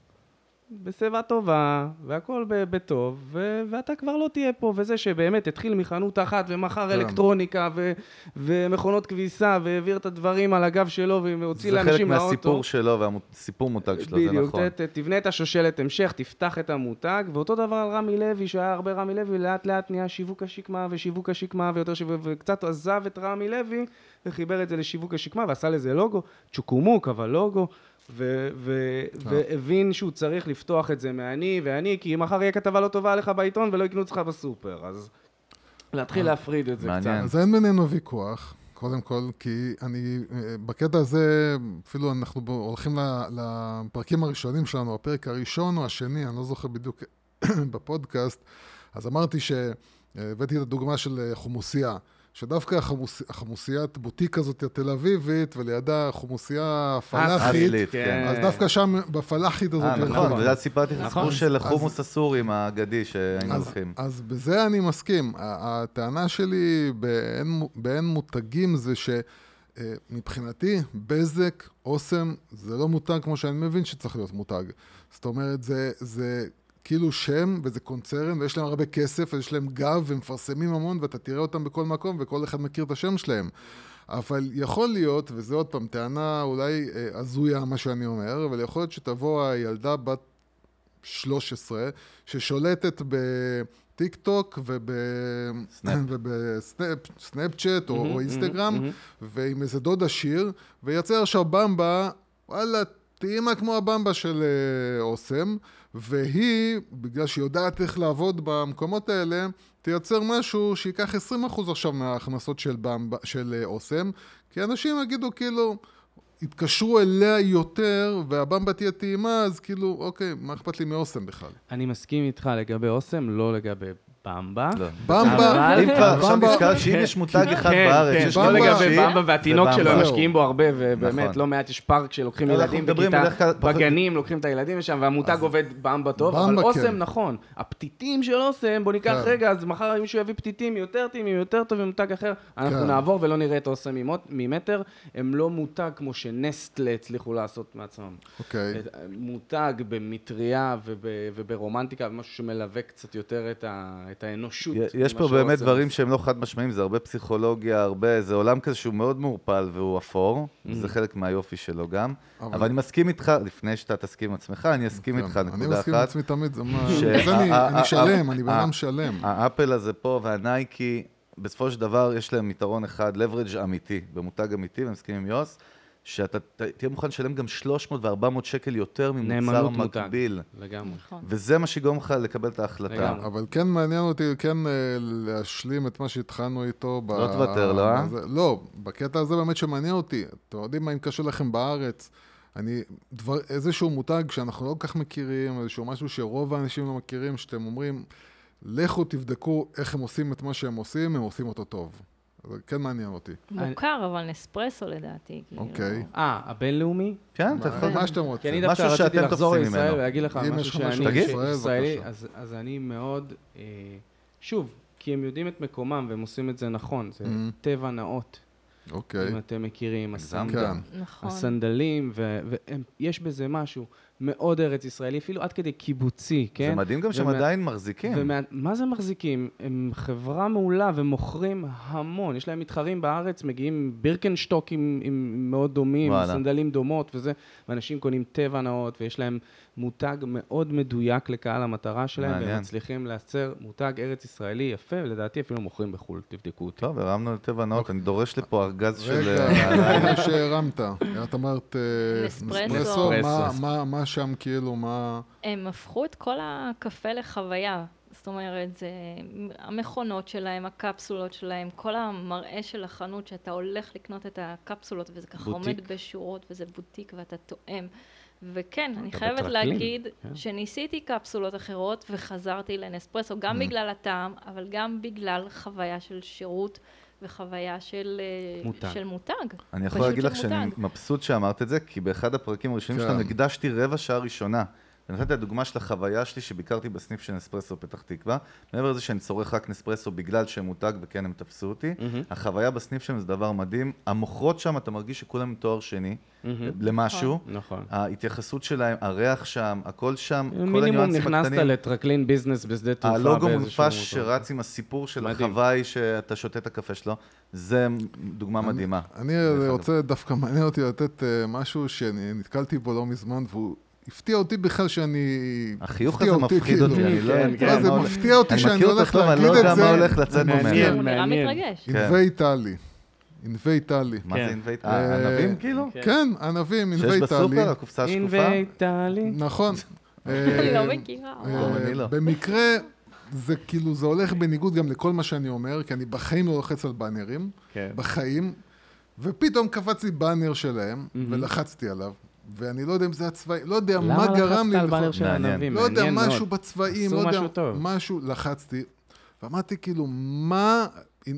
בשיבה טובה, והכל ב- בטוב, ו- ואתה כבר לא תהיה פה, וזה שבאמת התחיל מחנות אחת, ומכר כן. אלקטרוניקה, ו- ומכונות כביסה, והעביר את הדברים על הגב שלו, והוציא זה חלק לאנשים לאוטו. מהסיפור שלו והסיפור מותג שלו, זה בדיוק, נכון. ת- ת- תבנה את השושלת המשך, תפתח את המותג, ואותו דבר על רמי לוי, שהיה הרבה רמי לוי, לאט לאט נהיה שיווק השקמה, ושיווק השקמה, ויותר שיווק, וקצת עזב את רמי לוי, וחיבר את זה לשיווק השקמה, ועשה לזה לוגו, צ'וקומוק, אבל לוגו, ו- ו- והבין שהוא צריך לפתוח את זה מעני ואני, כי מחר יהיה כתבה לא טובה עליך בעיתון, ולא יקנו אותך בסופר, אז להתחיל להפריד את זה קצת. מעניין. אז אין בינינו ויכוח, קודם כל, כי אני, בקטע הזה, אפילו אנחנו בו- הולכים ל- לפרקים הראשונים שלנו, הפרק הראשון או השני, אני לא זוכר בדיוק בפודקאסט, אז אמרתי שהבאתי את הדוגמה של חומוסייה, שדווקא החמוס, החמוסיית בוטיק הזאת התל אביבית, ולידה החומוסייה הפלאחית, אסלית, כן. אז דווקא שם בפלאחית הזאת, אה, נכון, וזה סיפרתי את הסיפור נכון. של אז- החומוס הסורים האגדי שהיינו אז, הולכים. אז בזה אני מסכים. ה- הטענה שלי באין, מו- באין מותגים זה שמבחינתי, בזק, אוסם, זה לא מותג כמו שאני מבין שצריך להיות מותג. זאת אומרת, זה, זה כאילו שם וזה קונצרן ויש להם הרבה כסף ויש להם גב ומפרסמים המון ואתה תראה אותם בכל מקום וכל אחד מכיר את השם שלהם. אבל יכול להיות, וזה עוד פעם טענה אולי אה, הזויה מה שאני אומר, אבל יכול להיות שתבוא הילדה בת שלוש עשרה, ששולטת בטיק טוק סנאפ. ובסנאפצ'אט או, או אינסטגרם, מהמם. ועם איזה דוד עשיר, וייצר עכשיו במבה, וואלה, טעימה כמו הבמבה של אה, אוסם, והיא, בגלל שהיא יודעת איך לעבוד במקומות האלה, תייצר משהו שיקח עשרים אחוז עכשיו מההכנסות של, במבה, של אה, אוסם, כי אנשים יגידו כאילו, התקשרו אליה יותר, והבמבה תהיה טעימה, אז כאילו, אוקיי, מה אכפת לי מאוסם בכלל? אני מסכים איתך לגבי אוסם, לא לגבי במבה. לא. במבה, אבל- אם כבר, עכשיו במבה- נזכרת שאם יש מותג אחד כן, בארץ, כן, יש לא לו במבה- לגבי ראשי, במבה והתינוק זה שלו, הם במבה. משקיעים בו הרבה, ובאמת נכון. לא מעט יש פארק שלוקחים אנחנו ילדים מדברים בכיתה, בדרך כלל פחות- בגנים, לוקחים את הילדים לשם, והמותג עובד במבה טוב, אבל במבה, אוסם כן. נכון. הפתיתים של אוסם, בוא ניקח כן. רגע, אז מחר מישהו יביא פתיתים יותר טעימים, יותר טובים, מותג אחר, אנחנו כן. נעבור ולא נראה את אוסם ממות- ממטר, הם לא מותג כמו שנסטלה הצליחו לעשות מעצמם. אוקיי. מותג במטריה וב- וברומנטיקה, ומשהו שמלווה קצת יותר את ה- את האנושות. יש פה ממה באמת שאוסם דברים שהם לא חד משמעיים, זה הרבה פסיכולוגיה, הרבה, זה עולם כזה שהוא מאוד מעורפל והוא אפור, זה חלק מהיופי שלו גם, אבל- אבל אני מסכים איתך, לפני שאתה תסכים עם עצמך, אני אסכים איתך, אני נקודה מסכים עם אחת. עצמי תמיד, זה מה... ש- זה אני- ה- אני ה- שלם, ה- אני בן ה- אדם שלם. האפל הזה פה והנייקי, בסופו של דבר יש להם יתרון אחד, leverage אמיתי, במותג אמיתי, ואני מסכים עם יוס, שאתה ת- תהיה מוכן לשלם גם שלוש מאות וארבע מאות שקל יותר ממוצר נאמנות מותג. מקביל, לגמרי. נכון. וזה מה שיגרום לך לקבל את ההחלטה. לגמרי. אבל כן מעניין אותי, כן אה, להשלים את מה שהתחלנו איתו. ב- לא תוותר, לא, אה? בזה- לא, בקטע הזה באמת שמעניין אותי. אתם יודעים מה אם קשה לכם בארץ? אני, דבר, איזשהו מותג שאנחנו לא כל כך מכירים, איזשהו משהו שרוב האנשים לא מכירים, שאתם אומרים, לכו תבדקו איך הם עושים את מה שהם עושים, הם עושים אותו טוב. זה כן מעניין אותי. מוכר, אבל נספרסו לדעתי. כאילו. אוקיי. אה, הבינלאומי? כן, אתה יכול... מה שאתם כי רוצים. אני משהו דווקא רציתי שאתם לחזור תופסים לישראל ממנו. ולהגיד לך אם משהו יש לך שאני משהו תגיד. ישראל, ישראלי, בבקשה. אז אז אני מאוד, אה, שוב, כי הם יודעים את מקומם והם עושים את זה נכון, זה Mhm. טבע נאות, אוקיי. אם אתם מכירים, הגזמת. הסנדל- כן. נכון. הסנדלים, ויש בזה משהו, מאוד ארץ ישראלי, אפילו עד כדי קיבוצי, כן? זה מדהים גם שהם ומה, עדיין מחזיקים. ומה, מה זה מחזיקים? הם חברה מעולה ומוכרים המון. יש להם מתחרים בארץ, מגיעים בירקנשטוקים עם מאוד דומים, וואלה. סנדלים דומות וזה, ואנשים קונים טבע נאות, ויש להם מותג מאוד מדויק לקהל המטרה שלהם, מעניין. והם מצליחים לייצר מותג ארץ ישראלי יפה, ולדעתי אפילו מוכרים בחול, תבדקו אותי. טוב, הרמנו לטבע נאות, אני דורש לפה ארגז של... רגע, שהרמת. את אמרת נספרסו, מה שם כאילו, מה... הם הפכו את כל הקפה לחוויה. זאת אומרת, זה המכונות שלהם, הקפסולות שלהם, כל המראה של החנות שאתה הולך לקנות את הקפסולות, וזה ככה עומד בשורות, וזה בוטיק ואתה תואם. וכן, אני חייבת להגיד שניסיתי קפסולות אחרות וחזרתי לנספרסו, גם בגלל הטעם, אבל גם בגלל חוויה של שירות וחוויה של מותג. אני יכול להגיד לך שאני מבסוט שאמרת את זה, כי באחד הפרקים הראשונים שלנו הקדשתי רבע שעה ראשונה. ונתתי הדוגמה של החוויה שלי שביקרתי בסניף של נספרסו פתח תקווה, מעבר לזה שאני צורך רק נספרסו בגלל שהם מותג וכן הם תפסו אותי, החוויה בסניף שם זה דבר מדהים, המוכרות שם אתה מרגיש שכולם עם תואר שני למשהו, ההתייחסות שלהם, הריח שם, הכל שם, כל הניואנסים הקטנים. מינימום נכנסת לטרקלין ביזנס בשדה תעופה. הלוגו מונפש שרץ עם הסיפור של החוואי שאתה שותה את הקפה שלו, זה דוגמה מדהימה. אני רוצה דווקא מעניין אותי לתת משהו שנתקלתי בו לא מזמן והוא הפתיע אותי בכלל שאני... החיוך הזה מפחיד אותי, אני לא... זה מפתיע אותי שאני הולך להגיד את זה. אני מכיר אותו, אני לא יודע מה הולך לצאת ממנו. הוא נראה מתרגש. ענבי איטלי. ענבי איטלי. מה זה ענבי איטלי? ענבים כאילו? כן, ענבים, ענבי איטלי. שיש בסופר, הקופסה השקופה? ענבי איטלי. נכון. אני לא מכירה. במקרה, זה כאילו, זה הולך בניגוד גם לכל מה שאני אומר, כי אני בחיים לא לוחץ על באנרים, בחיים, ופתאום קפץ לי באנר שלהם, ולחצתי עליו. ואני לא יודע אם זה הצבעים, לא יודע מה גרם לי, למה לחצת על באנר של הענבים? לא יודע, משהו בצבעים, לא יודע, משהו, לחצתי, ואמרתי כאילו, מה,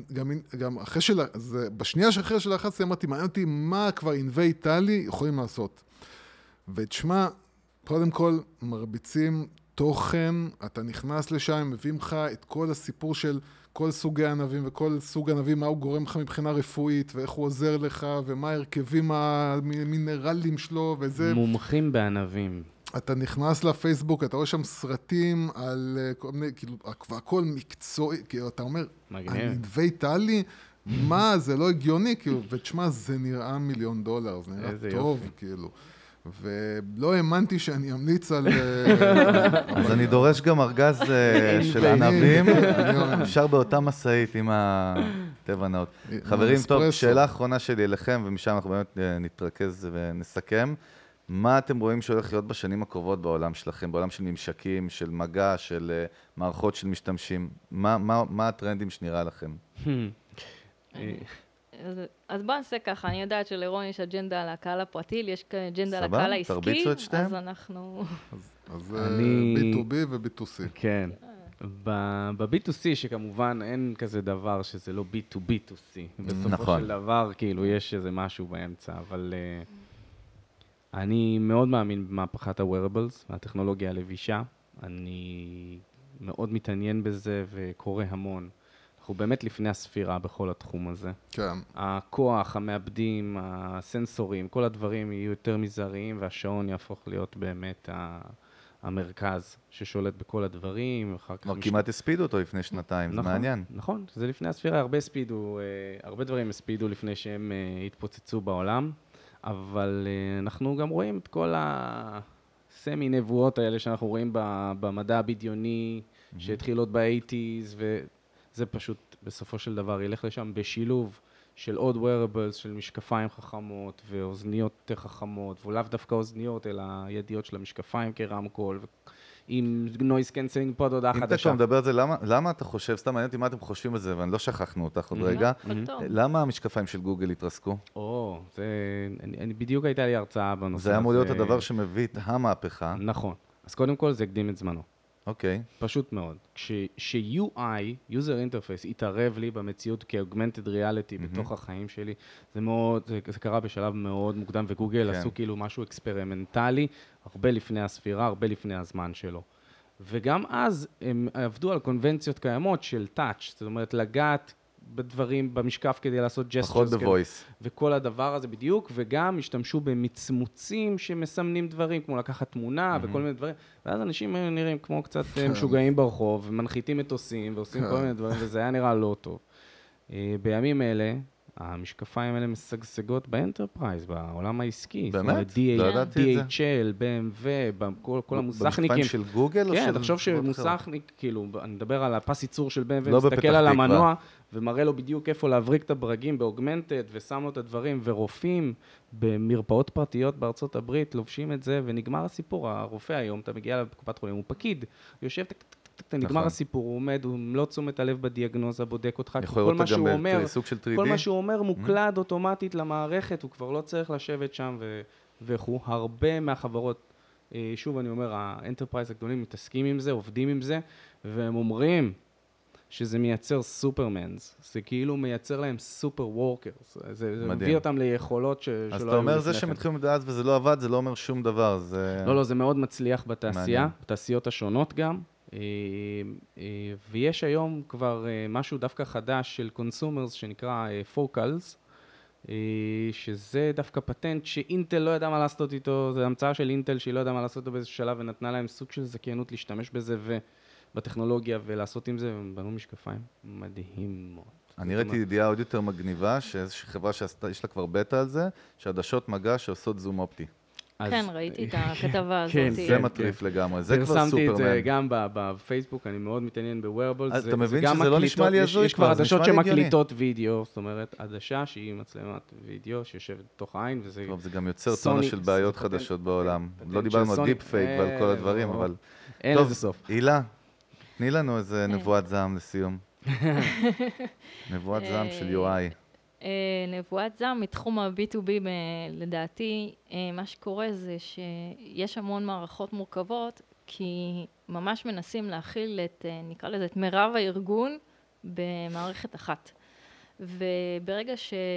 גם אחרי של, בשנייה שאחרי שלחצתי, אמרתי, מעניין אותי, מה כבר ענבי איטלי יכולים לעשות? ותשמע, קודם כל, מרביצים תוכן, אתה נכנס לשם, מביאים לך את כל הסיפור של כל סוגי ענבים וכל סוג ענבים, מה הוא גורם לך מבחינה רפואית, ואיך הוא עוזר לך, ומה הרכבים המינרלים שלו, וזה... מומחים בענבים. אתה נכנס לפייסבוק, אתה רואה שם סרטים על כל מיני, כאילו, הכל מקצועי, כאילו, אתה אומר, ענבי איטלי, מה, זה לא הגיוני, כאילו, ותשמע, זה נראה מיליון דולר, זה נראה טוב, כאילו. ולא האמנתי שאני אמליץ על... אז אני דורש גם ארגז של ענבים, אפשר באותה מסעית עם הטבע נאות. חברים, טוב, שאלה האחרונה שלי אליכם, ומשם אנחנו באמת נתרכז ונסכם. מה אתם רואים שהולך להיות בשנים הקרובות בעולם שלכם, בעולם של ממשקים, של מגע, של מערכות של משתמשים? מה הטרנדים שנראה לכם? אז, אז בוא נעשה ככה, אני יודעת שלרון יש אג'נדה על הקהל הפרטי, יש אג'נדה על הקהל העסקי, אז אנחנו... אז, אז אני... בי טו בי ו-בי טו סי. כן. ב-בי טו סי שכמובן אין כזה דבר שזה לא בי טו בי טו סי. בסופו נכון. של דבר כאילו יש איזה משהו באמצע, אבל uh, אני מאוד מאמין במהפכת ה-wearables, הטכנולוגיה הלבישה. אני מאוד מתעניין בזה וקורא המון. אנחנו באמת לפני הספירה בכל התחום הזה. כן. הכוח, המעבדים, הסנסורים, כל הדברים יהיו יותר מזעריים, והשעון יהפוך להיות באמת המרכז ששולט בכל הדברים. כבר כמעט הספידו אותו לפני שנתיים, זה מעניין. נכון, זה לפני הספירה, הרבה הספידו, הרבה דברים הספידו לפני שהם התפוצצו בעולם, אבל אנחנו גם רואים את כל הסמי נבואות האלה שאנחנו רואים במדע הבדיוני, שהתחיל עוד ב-שמונים, ו... זה פשוט בסופו של דבר ילך לשם בשילוב של עוד wearables, של משקפיים חכמות ואוזניות יותר חכמות, ולאו דווקא אוזניות, אלא ידיות של המשקפיים כרמקול, עם noise cancelling pod הודעה חדשה. אם אתה כבר מדבר על זה, למה, למה אתה חושב, סתם מעניין אותי מה אתם חושבים על זה, ואני לא שכחנו אותך עוד רגע, למה המשקפיים של גוגל התרסקו? או, זה, אני, אני בדיוק הייתה לי הרצאה בנושא. זה אמור להיות הדבר שמביא את המהפכה. נכון. אז קודם כל זה הקדים את זמנו. אוקיי. פשוט מאוד. כש-יו איי, user interface, התערב לי במציאות כ-augmented reality בתוך החיים שלי, זה מאוד, זה קרה בשלב מאוד מוקדם, וגוגל עשו כאילו משהו אקספרימנטלי, הרבה לפני הספירה, הרבה לפני הזמן שלו. וגם אז הם עבדו על קונבנציות קיימות של touch, זאת אומרת לגעת בדברים, במשקף כדי לעשות ג'סטרס. פחות בוויס. וכל הדבר הזה בדיוק, וגם השתמשו במצמוצים שמסמנים דברים, כמו לקחת תמונה וכל מיני דברים, ואז אנשים נראים כמו קצת משוגעים ברחוב, ומנחיתים מטוסים, ועושים כל מיני דברים, וזה היה נראה לא טוב. בימים אלה, המשקפיים האלה משגשגות באנטרפרייז, בעולם העסקי. באמת? לא ידעתי את זה. די אייץ' אל, בי אם דאבליו, כל המוסכניקים. במשקפיים של גוגל? כן, תחשוב שמוסכניק, כאילו, אני מדבר על הפס ייצור של בי אם לא מסתכל על המנוע, ומראה לו בדיוק איפה להבריק את הברגים באוגמנטד, ושם לו את הדברים, ורופאים במרפאות פרטיות בארצות הברית לובשים את זה, ונגמר הסיפור. הרופא היום, אתה מגיע לקופת חולים, הוא פקיד, יושב, נגמר הסיפור, הוא עומד, הוא לא תשומת הלב בדיאגנוזה, בודק אותך, כל מה שהוא אומר, כל מה שהוא אומר מוקלד אוטומטית למערכת, הוא כבר לא צריך לשבת שם וכו'. הרבה מהחברות, שוב אני אומר, האנטרפרייז הגדולים מתעסקים עם זה, עובדים עם זה, והם אומרים שזה מייצר סופרמנס, זה כאילו מייצר להם סופר וורקרס, זה מביא אותם ליכולות שלא היו לפני כן. אז אתה אומר, זה שהם התחילו מדעת וזה לא עבד, זה לא אומר שום דבר, לא, לא, זה מאוד מצליח בתעשייה, בתעשיות השונות גם, ויש היום כבר משהו דווקא חדש של קונסומרס שנקרא פוקלס, שזה דווקא פטנט שאינטל לא ידע מה לעשות איתו, זה המצאה של אינטל שהיא לא ידעה מה לעשות איתו באיזשהו שלב ונתנה להם סוג של זכיינות להשתמש בזה ובטכנולוגיה ולעשות עם זה, והם בנו משקפיים מדהימות. אני ראיתי ידיעה עוד יותר מגניבה, שאיזושהי חברה שיש לה כבר בטא על זה, שעדשות מגע שעושות זום אופטי. כן, ראיתי את הכתבה הזאת. כן, זה מטריף לגמרי, זה כבר סופרמן. פרסמתי את זה גם בפייסבוק, אני מאוד מתעניין ב-Wearables. אתה מבין שזה לא נשמע לי הזוי כבר, זה נשמע לי הגיוני. יש כבר עדשות שמקליטות וידאו, זאת אומרת, עדשה שהיא מצלמת וידאו שיושבת בתוך העין, וזה... טוב, זה גם יוצר טונה של בעיות חדשות בעולם. לא דיברנו על דיפ פייק ועל כל הדברים, אבל... אין לזה סוף. הילה, תני לנו איזה נבואת זעם לסיום. נבואת זעם של יו איי. נבואת זעם מתחום ה-בי טו בי לדעתי, מה שקורה זה שיש המון מערכות מורכבות, כי ממש מנסים להכיל את, נקרא לזה, את מירב הארגון במערכת אחת. וברגע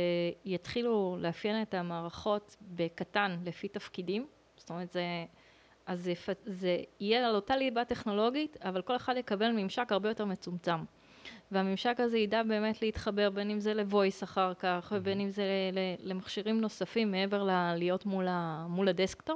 שיתחילו לאפיין את המערכות בקטן לפי תפקידים, זאת אומרת זה, אז זה, זה יהיה על אותה ליבה טכנולוגית, אבל כל אחד יקבל ממשק הרבה יותר מצומצם. והממשק הזה ידע באמת להתחבר, בין אם זה לבויס אחר כך, ובין אם זה למכשירים נוספים מעבר להיות מול, ה, מול הדסקטופ.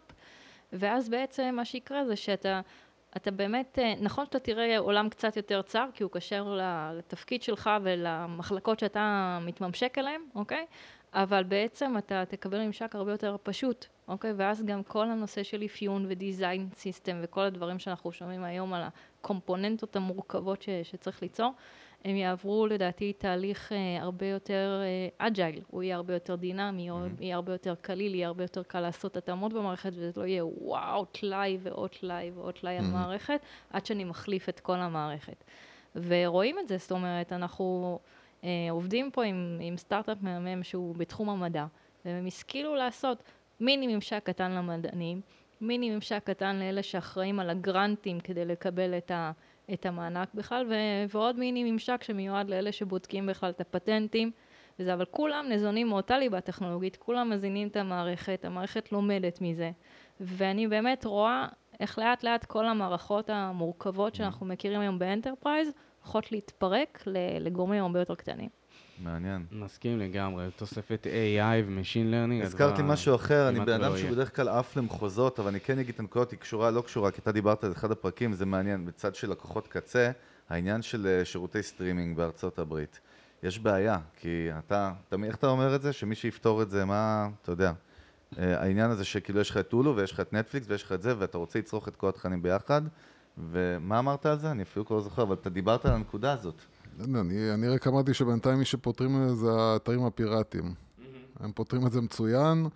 ואז בעצם מה שיקרה זה שאתה אתה באמת, נכון שאתה תראה עולם קצת יותר צר, כי הוא קשר לתפקיד שלך ולמחלקות שאתה מתממשק אליהם, אוקיי? אבל בעצם אתה תקבל ממשק הרבה יותר פשוט, אוקיי? ואז גם כל הנושא של אפיון ודיזיין סיסטם וכל הדברים שאנחנו שומעים היום על הקומפוננטות המורכבות ש, שצריך ליצור, הם יעברו לדעתי תהליך אה, הרבה יותר אה, אג'ייל, הוא יהיה הרבה יותר דינמי, או mm-hmm. יהיה הרבה יותר קליל, יהיה הרבה יותר קל לעשות התאמות במערכת, וזה לא יהיה וואו, תלאי ועוד תלאי ועוד תלאי mm-hmm. על מערכת, עד שאני מחליף את כל המערכת. ורואים את זה, זאת אומרת, אנחנו אה, עובדים פה עם, עם סטארט-אפ מהמם שהוא בתחום המדע, והם השכילו לעשות מיני ממשק קטן למדענים, מיני ממשק קטן לאלה שאחראים על הגרנטים כדי לקבל את ה... את המענק בכלל, ו- ועוד מיני ממשק שמיועד לאלה שבודקים בכלל את הפטנטים, וזה, אבל כולם נזונים מאותה ליבה טכנולוגית, כולם מזינים את המערכת, המערכת לומדת מזה, ואני באמת רואה איך לאט לאט כל המערכות המורכבות שאנחנו מכירים היום באנטרפרייז, הולכות להתפרק לגורמים הרבה יותר קטנים. מעניין. מסכים לגמרי, תוספת איי איי ו-Machine Learning. הזכרתי משהו אחר, אני בן אדם שבדרך כלל עף למחוזות, אבל אני כן אגיד את הנקודות, היא קשורה, לא קשורה, כי אתה דיברת על אחד הפרקים, זה מעניין, בצד של לקוחות קצה, העניין של שירותי סטרימינג בארצות הברית. יש בעיה, כי אתה, תמיד, איך אתה אומר את זה? שמי שיפתור את זה, מה, אתה יודע, העניין הזה שכאילו יש לך את טולו ויש לך את נטפליקס ויש לך את זה, ואתה רוצה לצרוך את כל התכנים ביחד, ומה אמרת על זה? אני אפילו לא זוכר, אבל אתה דיברת על הנקודה הזאת. אני, אני רק אמרתי שבינתיים מי שפותרים את זה האתרים הפיראטיים. הם פותרים את זה מצוין,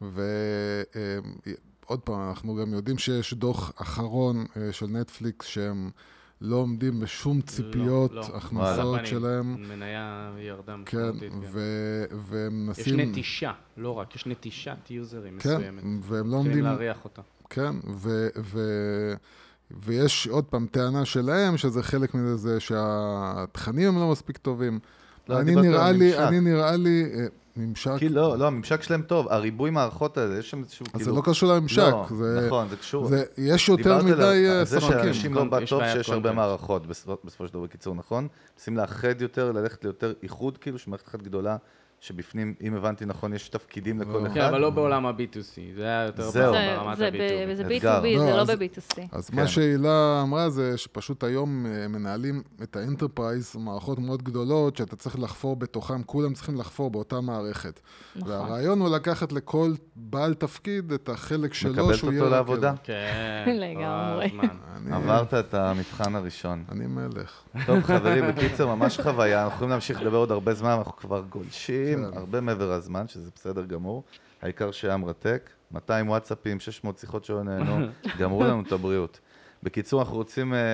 ועוד פעם, אנחנו גם יודעים שיש דוח אחרון של נטפליקס שהם לא עומדים בשום ציפיות, לא, לא. הכנסות שלהם. מניה ירדה כן, משמעותית. ו- והם יש נשים... נטישה, לא רק, יש נטישת יוזרים כן, מסוימת. והם לא עומדים... להריח אותה. כן, ו... ו- ויש עוד פעם טענה שלהם, שזה חלק מזה זה שהתכנים הם לא מספיק טובים. לא, אני נראה לי, אני נראה לי, ממשק... כי לא, לא, הממשק שלהם טוב, הריבוי מערכות האלה, יש שם איזשהו אז כאילו... זה לא קשור לממשק. לא, זה, נכון, זה קשור. זה, יש יותר דיברת מדי על זה ספקים. שאנשים לא בא יש טוב בעיית שיש הרבה content. מערכות, בסופו בסופו של דבר בקיצור, נכון? מנסים לאחד יותר, ללכת ליותר איחוד, כאילו, שמערכת אחת גדולה, שבפנים, אם הבנתי נכון, יש תפקידים לכל לא. אחד. כן, אבל לא בעולם ה-בי טו סי, זה היה יותר זהו. זה- ברמת זה ה-בי ב- טו בי. זה אתגר. בי טו בי, לא, זה לא אז- ב-בי טו סי. אז כן. מה שהילה אמרה זה שפשוט היום אה, מנהלים את האנטרפרייז, מערכות מאוד גדולות, שאתה צריך לחפור בתוכם, כולם צריכים לחפור באותה מערכת. נכון. והרעיון הוא לקחת לכל בעל תפקיד את החלק שלו, מקבלת שהוא אותו יהיה... לעבודה? כן, לגמרי. כל הזמן. אני, עברת את המבחן הראשון. אני מלך. טוב, חברים, בקיצור, ממש חוויה. אנחנו יכולים להמשיך לדבר עוד הרבה זמן, אנחנו כבר גולשים, כן. הרבה מעבר הזמן, שזה בסדר גמור. העיקר שהיה מרתק, מאתיים וואטסאפים, שש מאות שיחות שלא נהנו, גמרו לנו את הבריאות. בקיצור, אנחנו רוצים uh,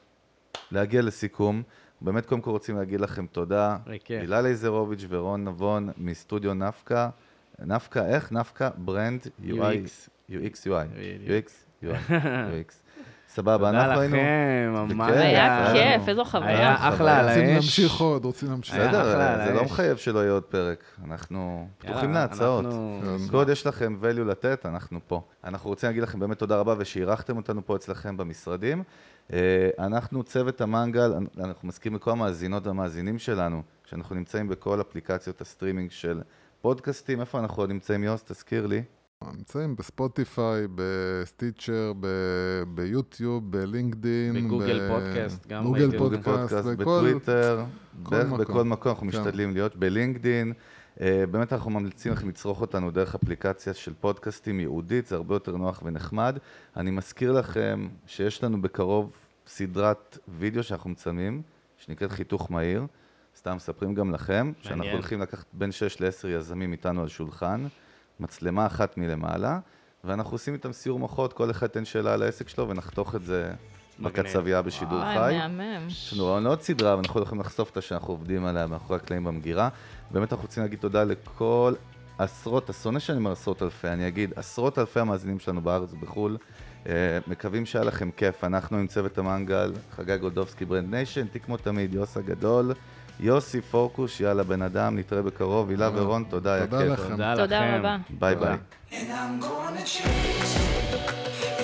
להגיע לסיכום. באמת, קודם כל רוצים להגיד לכם תודה. בכיף. הילה לייזרוביץ' ורון נבון מסטודיו נפקה. נפקה, איך? נפקה ברנד יו איי. יו אקס. יו אקס יו איי. בדיוק. יו אקס יו איי. יו אקס. סבבה, תודה אנחנו היינו... לכם, ממש. בכיף. היה היה כיף, לנו- איזו חוויה. היה אחלה על רוצים האש. להמשיך עוד, רוצים להמשיך. היה בסדר, אחלה על זה לא האש. מחייב שלא יהיה עוד פרק. אנחנו פתוחים יאללה, להצעות. אנחנו- כן. כל עוד יש לכם value לתת, אנחנו פה. אנחנו רוצים להגיד לכם באמת תודה רבה ושאירחתם אותנו פה אצלכם במשרדים. אה, אנחנו צוות המנגל, אנחנו מזכירים לכל המאזינות והמאזינים שלנו, שאנחנו נמצאים בכל אפליקציות הסטרימינג של פודקאסטים. איפה אנחנו עוד נמצאים, יוס? תזכיר לי. נמצאים בספוטיפיי, בסטיצ'ר, ב- ביוטיוב, בלינקדין, בגוגל פודקאסט, גם גוגל ראיתי. גוגל פודקאסט, פודקאסט, בכל- בטוויטר, כל בערך מקום. בכל מקום אנחנו כן. משתדלים להיות, בלינקדין. אה, באמת אנחנו ממליצים לכם לצרוך אותנו דרך אפליקציה של פודקאסטים ייעודית, זה הרבה יותר נוח ונחמד. אני מזכיר לכם שיש לנו בקרוב סדרת וידאו שאנחנו מצלמים, שנקראת חיתוך מהיר. סתם מספרים גם לכם, שאנחנו מעניין. הולכים לקחת בין שש לעשר יזמים איתנו על שולחן, מצלמה אחת מלמעלה, ואנחנו עושים איתם סיור מוחות, כל אחד תן שאלה על העסק שלו ונחתוך את זה מגניב. בקצבייה בשידור וואי, חי. מהמם. יש לנו רעיון עוד סדרה, ואנחנו יכולים לחשוף אותה שאנחנו עובדים עליה מאחורי הקלעים במגירה. באמת אנחנו רוצים להגיד תודה לכל עשרות, השונא שאני אומר עשרות אלפי, אני אגיד, עשרות אלפי המאזינים שלנו בארץ ובחול. Uh, מקווים שהיה לכם כיף, אנחנו עם צוות המנגל, חגי גולדובסקי ברנד ניישן, תיק כמו תמיד, יוס הגדול, יוסי פורקוש, יאללה בן אדם, נתראה בקרוב, הילה ורון, תודה, היה תודה כיף. לכם. תודה תודה לכם. רבה. ביי ביי. And I'm gonna chase